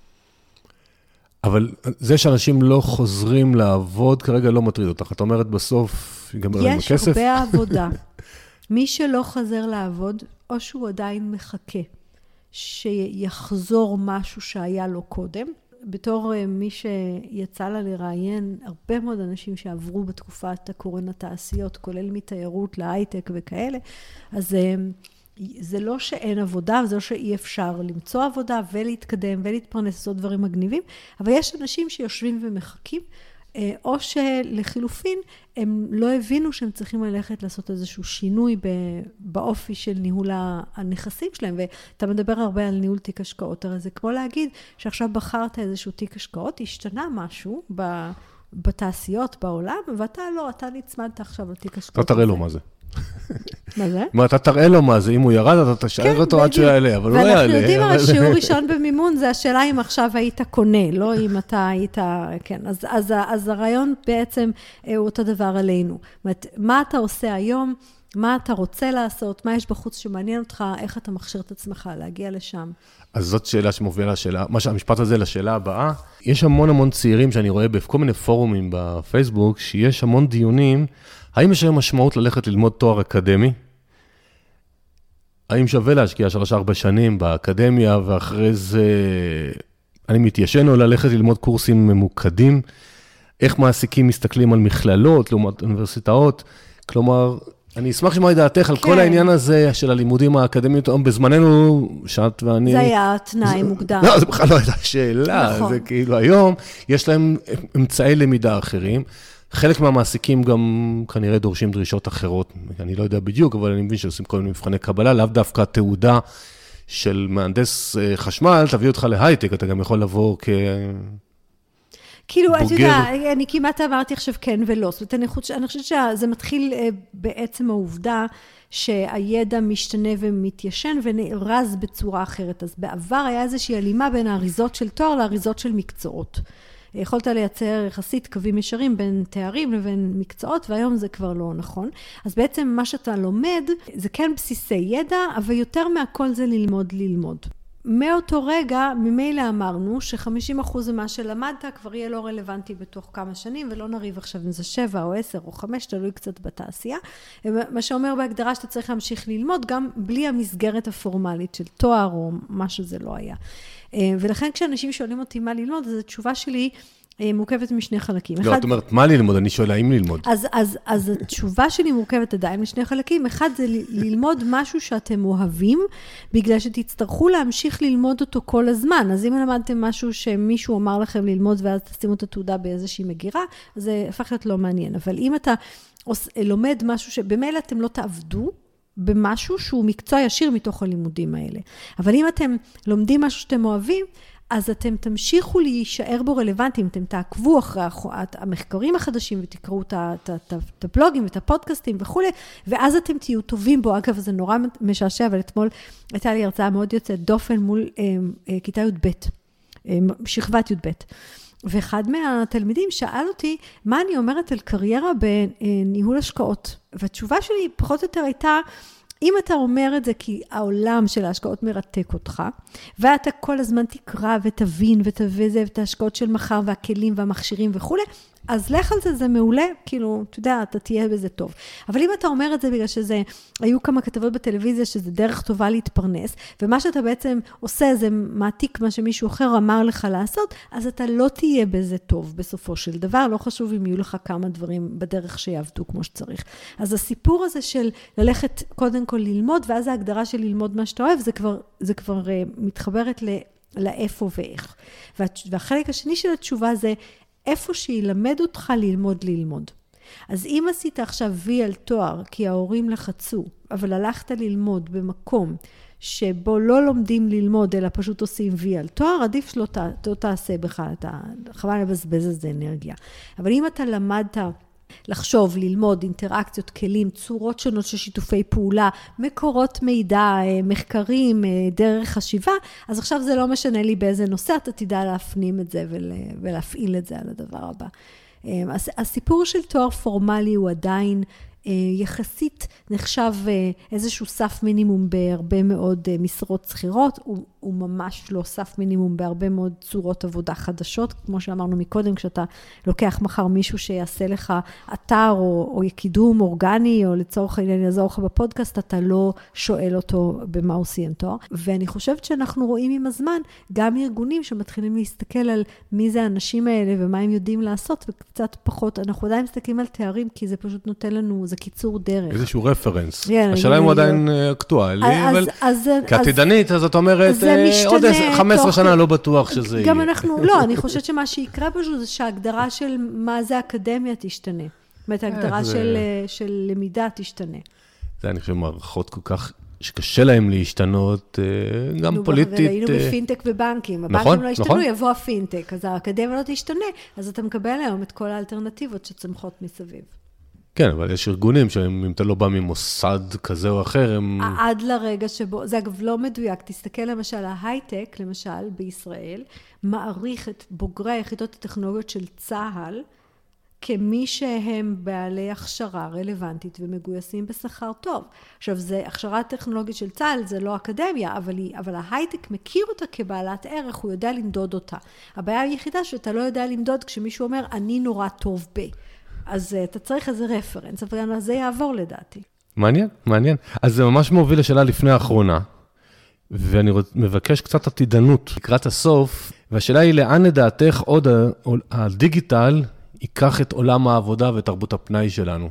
אבל זה שאנשים לא חוזרים לעבוד, כרגע לא מטריד אותך. את אומרת בסוף, ייגמר להם הכסף? יש הרבה עבודה. מי שלא חזר לעבוד, או שהוא עדיין מחכה, שיחזור משהו שהיה לו קודם. בתור מי שיצא לה לראיין, הרבה מאוד אנשים שעברו בתקופת הקורונה תעשיות, כולל מתיירות להייטק וכאלה, אז זה לא שאין עבודה, זה לא שאי אפשר למצוא עבודה ולהתקדם ולהתפרנס, לעשות דברים מגניבים, אבל יש אנשים שיושבים ומחכים, או שלחילופין, הם לא הבינו שהם צריכים ללכת לעשות איזשהו שינוי באופי של ניהול הנכסים שלהם, ואתה מדבר הרבה על ניהול תיק השקעות, הרי זה כמו להגיד שעכשיו בחרת איזשהו תיק השקעות, השתנה משהו בתעשיות בעולם, ואתה לא, אתה נצמדת עכשיו על תיק השקעות. אתה תראה לו מה זה. מה זה? מה, אתה תראה לו מה זה, אם הוא ירד, אתה תשאר אותו עד שהוא יעלה, אבל הוא לא יעלה. ואנחנו יודעים, אבל שיעור ראשון במימון, זה השאלה אם עכשיו היית קונה, לא אם אתה היית, כן. אז הרעיון בעצם הוא אותו דבר עלינו. זאת אומרת, מה אתה עושה היום, מה אתה רוצה לעשות, מה יש בחוץ שמעניין אותך, איך אתה מכשיר את עצמך להגיע לשם. אז זאת שאלה שמובילה לשאלה, מה שהמשפט הזה לשאלה הבאה, יש המון המון צעירים שאני רואה בכל מיני פורומים בפייסבוק, שיש המון דיונים, האם יש היום משמעות ללכת ללמוד תואר אקדמי? האם שווה להשקיע שלוש ארבע שנים באקדמיה, ואחרי זה אני מתיישן או ללכת ללמוד קורסים ממוקדים? איך מעסיקים מסתכלים על מכללות, לעומת אוניברסיטאות? כלומר, אני אשמח שמע את דעתך על כל העניין הזה של הלימודים האקדמיים, בזמננו, שאת ואני... זה היה תנאי מוקדם. לא, זה בכלל לא הייתה שאלה. זה כאילו היום, יש להם אמצעי למידה אחרים. חלק מהמעסיקים גם כנראה דורשים דרישות אחרות. אני לא יודע בדיוק, אבל אני מבין שעושים כל מיני מבחני קבלה, לאו דווקא תעודה של מהנדס חשמל, תביא אותך להייטק, אתה גם יכול לבוא כ... כאילו, אתה יודע, אני כמעט אמרתי עכשיו כן ולא. זאת אומרת, אני חושבת שזה מתחיל בעצם העובדה שהידע משתנה ומתיישן ונארז בצורה אחרת. אז בעבר היה איזושהי הלימה בין האריזות של תואר לאריזות של מקצועות. יכולת לייצר יחסית קווים ישרים בין תארים לבין מקצועות, והיום זה כבר לא נכון. אז בעצם מה שאתה לומד, זה כן בסיסי ידע, אבל יותר מהכל זה ללמוד ללמוד. מאותו רגע, ממילא אמרנו ש-חמישים אחוז ממה שלמדת כבר יהיה לא רלוונטי בתוך כמה שנים, ולא נריב עכשיו אם זה שבע או עשר או חמש, תלוי קצת בתעשייה. מה שאומר בהגדרה שאתה צריך להמשיך ללמוד, גם בלי המסגרת הפורמלית של תואר או מה שזה לא היה. ולכן כשאנשים שואלים אותי מה ללמוד, אז התשובה שלי מורכבת משני חלקים. לא, את אומרת, מה ללמוד? אני שואל, האם ללמוד? אז, אז, אז התשובה שלי מורכבת עדיין משני חלקים. אחד זה ללמוד משהו שאתם אוהבים, בגלל שתצטרכו להמשיך ללמוד אותו כל הזמן. אז אם למדתם משהו שמישהו אמר לכם ללמוד, ואז תשימו את התעודה באיזושהי מגירה, אז זה הפך להיות לא מעניין. אבל אם אתה לומד משהו שבמילא אתם לא תעבדו, במשהו שהוא מקצוע ישיר מתוך הלימודים האלה. אבל אם אתם לומדים משהו שאתם אוהבים, אז אתם תמשיכו להישאר בו רלוונטיים, אתם תעקבו אחרי המחקרים החדשים ותקראו את הבלוגים ואת הפודקאסטים וכו', ואז אתם תהיו טובים בו. אגב, זה נורא משעשע, אבל אתמול הייתה לי הרצאה מאוד יוצאת דופן מול כיתה י' ב', שכבת י' ב'. ואחד מהתלמידים שאל אותי, מה אני אומרת על קריירה בניהול השקעות? והתשובה שלי פחות או יותר הייתה, אם אתה אומר את זה כי העולם של ההשקעות מרתק אותך, ואתה כל הזמן תקרא ותבין ותווה את ההשקעות של מחר והכלים והמכשירים וכו', אז לך על זה, זה מעולה, כאילו, אתה יודע, אתה תהיה בזה טוב. אבל אם אתה אומר את זה בגלל שזה, היו כמה כתבות בטלוויזיה שזה דרך טובה להתפרנס, ומה שאתה בעצם עושה זה מעתיק מה שמישהו אחר אמר לך לעשות, אז אתה לא תהיה בזה טוב בסופו של דבר, לא חשוב אם יהיו לך כמה דברים בדרך שיעבדו כמו שצריך. אז הסיפור הזה של ללכת קודם כל ללמוד, ואז ההגדרה של ללמוד מה שאתה אוהב, זה כבר, זה כבר uh, מתחברת ל, לאיפה ואיך. והחלק השני של התשובה זה, איפה שילמד אותך ללמוד ללמוד. אז אם עשית עכשיו וי על תואר, כי ההורים לחצו, אבל הלכת ללמוד במקום שבו לא לומדים ללמוד, אלא פשוט עושים וי על תואר, עדיף שלא תעשה בכלל, אתה חבל לבזבז איזה אנרגיה. אבל אם אתה למדת לחשוב, ללמוד, אינטראקציות, כלים, צורות שונות של שיתופי פעולה, מקורות מידע, מחקרים, דרך חשיבה, אז עכשיו זה לא משנה לי באיזה נושא, אתה תדע להפנים את זה ולהפעיל את זה על הדבר הבא. הסיפור של תואר פורמלי הוא עדיין יחסית נחשב איזשהו סף מינימום בהרבה מאוד משרות שכירות, הוא, הוא ממש לא סף מינימום בהרבה מאוד צורות עבודה חדשות, כמו שאמרנו מקודם, כשאתה לוקח מחר מישהו שיעשה לך אתר או, או קידום אורגני, או לצורך העניין יעזור לך בפודקאסט, אתה לא שואל אותו במה הוא סיים תואר. ואני חושבת שאנחנו רואים עם הזמן גם ארגונים שמתחילים להסתכל על מי זה האנשים האלה ומה הם יודעים לעשות, וקצת פחות, אנחנו עדיין מסתכלים על תארים, כי זה פשוט נותן לנו, זה קיצור דרך. איזשהו רפרנס. השאלה אם הוא עדיין אקטואלי, אבל כעתידנית, אז את אומרת, עוד חמש עשרה שנה לא בטוח שזה יהיה. גם אנחנו, לא, אני חושבת שמה שיקרה פשוט זה שההגדרה של מה זה אקדמיה תשתנה. זאת אומרת, ההגדרה של למידה תשתנה. זה אני חושב מערכות כל כך שקשה להם להשתנות, גם פוליטית. היינו בפינטק ובנקים. הבנקים לא השתנו, יבוא הפינטק. אז האקדמיה לא תשתנה, אז אתה מקבל היום את כל האלטרנטיבות שצמחות מסביב. כן, אבל יש ארגונים שאם אתה לא בא ממוסד כזה או אחר, הם... עד לרגע שבו, זה אגב לא מדויק, תסתכל למשל, ההייטק, למשל, בישראל, מעריך את בוגרי היחידות הטכנולוגיות של צה"ל, כמי שהם בעלי הכשרה רלוונטית ומגויסים בשכר טוב. עכשיו, זה הכשרה טכנולוגית של צה"ל, זה לא אקדמיה, אבל, היא, אבל ההייטק מכיר אותה כבעלת ערך, הוא יודע למדוד אותה. הבעיה היחידה שאתה לא יודע למדוד כשמישהו אומר, אני נורא טוב ב... אז אתה צריך איזה רפרנס, אבל זה יעבור לדעתי. מעניין, מעניין. אז זה ממש מוביל לשאלה לפני האחרונה, ואני מבקש קצת עתידנות לקראת הסוף, והשאלה היא לאן לדעתך עוד הדיגיטל ייקח את עולם העבודה ותרבות הפנאי שלנו?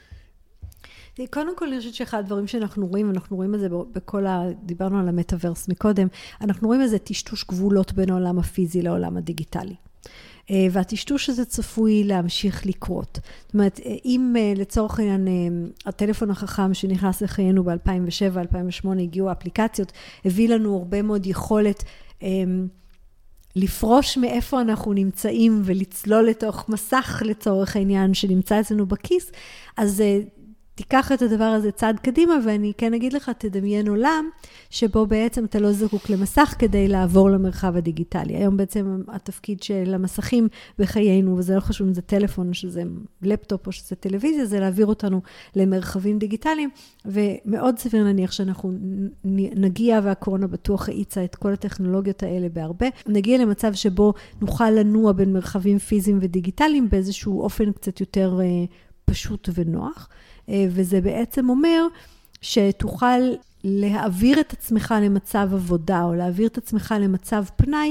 קודם כל, אני חושבת שאחד הדברים שאנחנו רואים, אנחנו רואים את זה בכל ה... דיברנו על המטאברס מקודם, אנחנו רואים איזה טשטוש גבולות בין העולם הפיזי לעולם הדיגיטלי. והטשטוש הזה צפוי להמשיך לקרות. זאת אומרת, אם לצורך העניין הטלפון החכם שנכנס לחיינו ב-אלפיים ושבע אלפיים ושמונה הגיעו האפליקציות, הביא לנו הרבה מאוד יכולת לפרוש מאיפה אנחנו נמצאים ולצלול לתוך מסך לצורך העניין שנמצא אצלנו בכיס, אז תיקח את הדבר הזה צעד קדימה, ואני כן אגיד לך, תדמיין עולם, שבו בעצם אתה לא זקוק למסך כדי לעבור למרחב הדיגיטלי. היום בעצם התפקיד של המסכים בחיינו, וזה לא חשוב אם זה טלפון, או שזה לפטופ, או שזה טלוויזיה, זה להעביר אותנו למרחבים דיגיטליים, ומאוד סביר להניח שאנחנו נגיע, והקורונה בטוח האיצה את כל הטכנולוגיות האלה בהרבה, נגיע למצב שבו נוכל לנוע בין מרחבים פיזיים ודיגיטליים, באיזשהו אופן קצת יותר פשוט ונוח. וזה בעצם אומר שתוכל להעביר את עצמך למצב עבודה, או להעביר את עצמך למצב פנאי,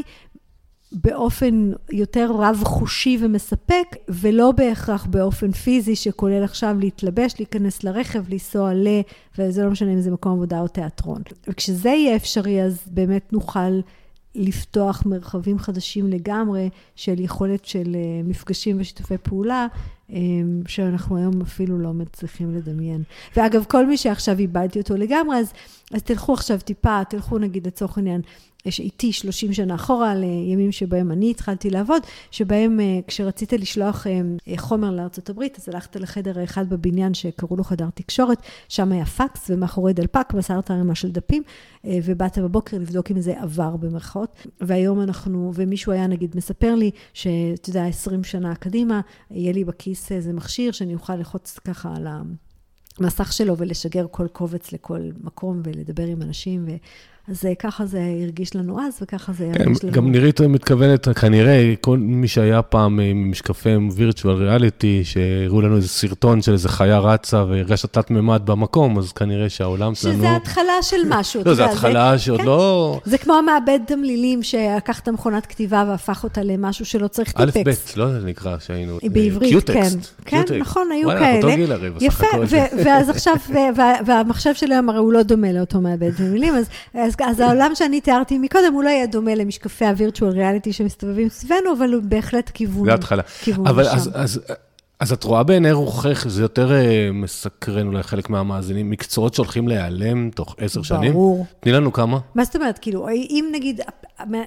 באופן יותר רב חושי ומספק, ולא בהכרח באופן פיזי, שכולל עכשיו להתלבש, להיכנס לרכב, לנסוע ל... וזה לא משנה אם זה מקום עבודה או תיאטרון. וכשזה יהיה אפשרי, אז באמת נוכל לפתוח מרחבים חדשים לגמרי, של יכולת של מפגשים ושיתופי פעולה, שאנחנו היום אפילו לא מצליחים לדמיין. ואגב, כל מי שעכשיו איבדתי אותו לגמרי, אז, אז תלכו עכשיו טיפה, תלכו נגיד לצורך עניין, יש איתי שלושים שנה אחורה, לימים שבהם אני התחלתי לעבוד, שבהם כשרצית לשלוח חומר לארצות הברית, אז הלכת לחדר אחד בבניין שקראו לו חדר תקשורת, שם היה פקס, ומאחורי דלפק מסרת ערימה של דפים, ובאת בבוקר לבדוק אם זה עבר במרכאות. והיום אנחנו, ומישהו היה נגיד מספר לי, שאתה יודע, עשרים שנה קדימה, יהיה לי בכיס איזה מכשיר, שאני אוכל לחוץ ככה על המסך שלו, ולשגר כל קובץ לכל מקום, ולדבר עם אנשים, ו... אז ככה זה הרגיש לנו אז, וככה זה הרגיש לנו. גם נירית מתכוונת, כנראה, כל מי שהיה פעם עם משקפי וירטואל ריאליטי, שהראו לנו איזה סרטון של איזה חיה רצה, והרגשת תת ממד במקום, אז כנראה שהעולם שלנו... שזה התחלה של משהו. לא, זה התחלה שעוד לא... זה כמו מעבד תמלילים, שלקח את המכונת כתיבה, והפך אותה למשהו שלא צריך טיפקס. א' ב', לא זה נקרא שהיינו... בעברית, כן. כן, נכון, היו כאלה. יפה, ואז עכשיו, והמחשב שלהם הרי הוא לא דומה לאותו מעבד תמלילים, אז אז העולם שאני תיארתי מקודם, הוא לא יהיה דומה למשקפי הווירטואל ריאליטי שמסתובבים סביבנו, אבל הוא בהחלט כיוון. זה התחלה. אבל אז, אז, אז את רואה בעיני רוחך, זה יותר מסקרן אולי חלק מהמאזינים, מקצועות שהולכים להיעלם תוך עשר שנים? ברור. תני לנו כמה. מה זאת אומרת? כאילו, אם נגיד,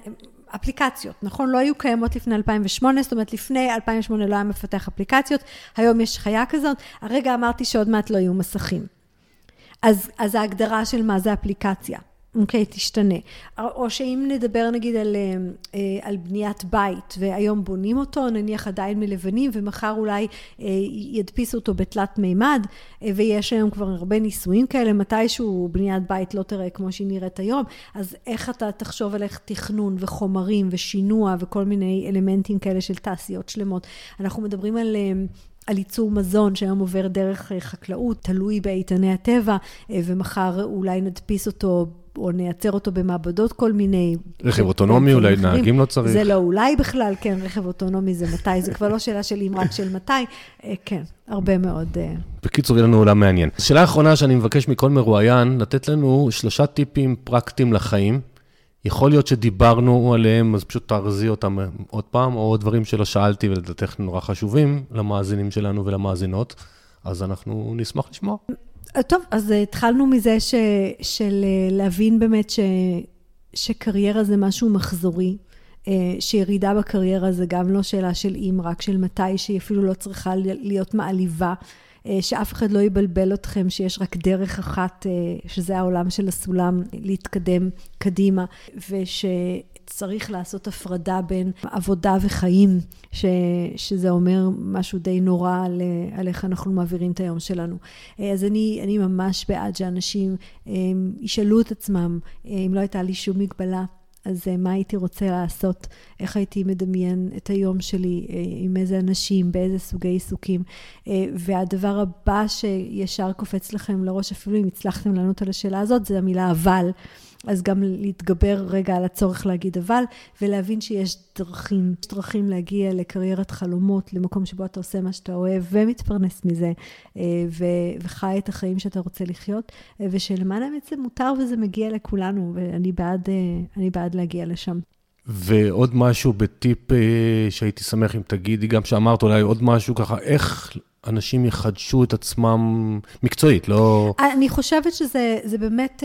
אפליקציות, נכון? לא היו קיימות לפני אלפיים ושמונה, זאת אומרת, לפני אלפיים ושמונה לא היה מפתח אפליקציות, היום יש חיה כזאת, הרגע אמרתי שעוד מעט לא יהיו מסכים. אז, אז ההגדרה של מה זה אפליקציה, אוקיי, תשתנה. או שאם נדבר נגיד על, על בניית בית, והיום בונים אותו, נניח עדיין מלבנים, ומחר אולי ידפיסו אותו בתלת מימד, ויש היום כבר הרבה ניסויים כאלה, מתישהו בניית בית לא תראה כמו שהיא נראית היום, אז איך אתה תחשוב על איך תכנון וחומרים ושינוע וכל מיני אלמנטים כאלה של תעשיות שלמות. אנחנו מדברים על... על ייצור מזון שהיום עובר דרך חקלאות, תלוי באיתני הטבע, ומחר אולי נדפיס אותו או נייצר אותו במעבדות כל מיני... רכב אוטונומי, אולי נהגים לא צריך. זה לא אולי בכלל, כן, רכב אוטונומי זה מתי, זה כבר לא שאלה של אם רק של מתי, כן, הרבה מאוד... בקיצור, יהיה לנו עולם מעניין. שאלה האחרונה שאני מבקש מכל מרואיין, לתת לנו שלושה טיפים פרקטיים לחיים, יכול להיות שדיברנו עליהם, אז פשוט תארזי אותם עוד פעם, או דברים שלא שאלתי ולדעתך נורא חשובים למאזינים שלנו ולמאזינות, אז אנחנו נשמח לשמוע. טוב, אז התחלנו מזה ש, של להבין באמת ש, שקריירה זה משהו מחזורי, שירידה בקריירה זה גם לא שאלה של אם, רק של מתי, שהיא אפילו לא צריכה להיות מעליבה, שאף אחד לא יבלבל אתכם, שיש רק דרך אחת, שזה העולם של הסולם, להתקדם קדימה, ושצריך לעשות הפרדה בין עבודה וחיים, ש, שזה אומר משהו די נורא על, על איך אנחנו מעבירים את היום שלנו. אז אני, אני ממש בעד שאנשים ישאלו את עצמם, אם לא הייתה לי שום מגבלה, אז מה הייתי רוצה לעשות, איך הייתי מדמיין את היום שלי, עם איזה אנשים, באיזה סוגי עיסוקים. והדבר הבא שישר קופץ לכם לראש, אפילו אם הצלחתם לענות על השאלה הזאת, זה המילה אבל. אז גם להתגבר רגע על הצורך להגיד אבל, ולהבין שיש דרכים, יש דרכים להגיע לקריירת חלומות, למקום שבו אתה עושה מה שאתה אוהב, ומתפרנס מזה, וחי את החיים שאתה רוצה לחיות, ושלמען האמת זה מותר וזה מגיע לכולנו, ואני בעד, אני בעד להגיע לשם. ועוד משהו בטיפ שהייתי שמח אם תגידי, גם שאמרת אולי עוד משהו ככה, איך אנשים יחדשו את עצמם מקצועית, לא... אני חושבת שזה זה באמת...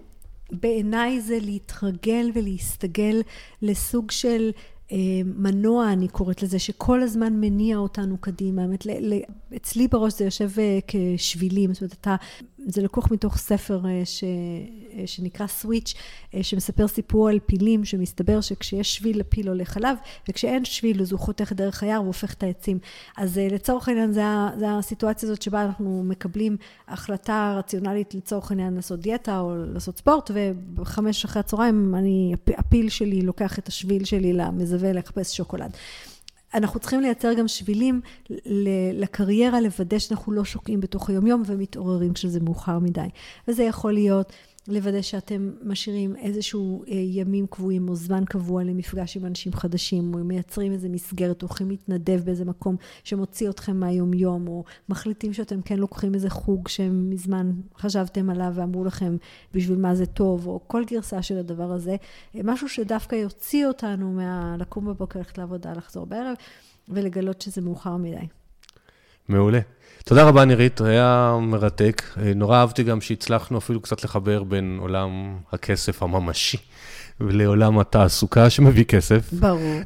בעיניי זה להתרגל ולהסתגל לסוג של אה, מנוע, אני קוראת לזה, שכל הזמן מניע אותנו קדימה. באמת, ל, ל, אצלי בראש זה יושב אה, כשבילים, זאת אומרת, אתה, זה לקוח מתוך ספר אה, ש, אה, שנקרא סוויץ', אה, שמספר סיפור על פילים, שמסתבר שכשיש שביל לפיל הולך עליו, וכשאין שביל אז הוא חותך דרך היער והופך את העצים. אז אה, לצורך העניין זה, זה הסיטואציה הזאת שבה אנחנו מקבלים החלטה רציונלית לצורך העניין לעשות דיאטה או לעשות ספורט, ובחמש אחרי הצהריים אני, הפיל שלי לוקח את השביל שלי למזווה לחפש שוקולד. אנחנו צריכים לייצר גם שבילים לקריירה, לוודא שאנחנו לא שוקעים בתוך היומיום ומתעוררים כשזה מאוחר מדי. וזה יכול להיות לוודא שאתם משאירים איזשהו ימים קבועים או זמן קבוע למפגש עם אנשים חדשים, או מייצרים איזו מסגרת, או הולכים להתנדב באיזה מקום שמוציא אתכם מהיומיום, או מחליטים שאתם כן לוקחים איזה חוג שמזמן חשבתם עליו ואמרו לכם בשביל מה זה טוב, או כל גרסה של הדבר הזה, משהו שדווקא יוציא אותנו מה... לקום בבוקר, ללכת לעבודה, לחזור בערב, ולגלות שזה מאוחר מדי. מעולה. תודה רבה נירית, היה מרתק. נורא אהבתי גם שהצלחנו אפילו קצת לחבר בין עולם הכסף הממשי ולעולם התעסוקה שמביא כסף. ברור.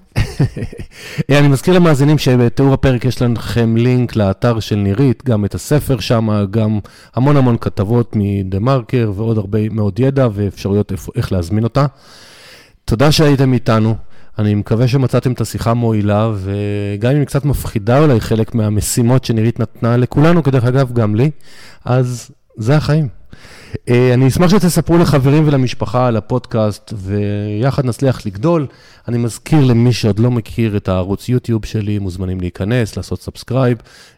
אני מזכיר למאזינים שבתיאור הפרק יש לכם לינק לאתר של נירית, גם את הספר שם, גם המון המון כתבות מדה-מרקר ועוד הרבה מאוד ידע ואפשרויות איך להזמין אותה. תודה שהייתם איתנו. אני מקווה שמצאתם את השיחה מועילה, וגם אם היא קצת מפחידה אולי חלק מהמשימות שנירית נתנה לכולנו, כדרך אגב גם לי, אז זה החיים. אני אשמח שתספרו לחברים ולמשפחה על הפודקאסט, ויחד נצליח לגדול. אני מזכיר למי שעוד לא מכיר את הערוץ יוטיוב שלי, מוזמנים להיכנס, לעשות סאבסקרייב,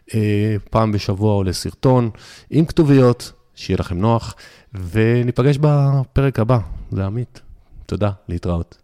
פעם בשבוע או לסרטון, עם כתוביות, שיהיה לכם נוח, וניפגש בפרק הבא. זה עמית. תודה, להתראות.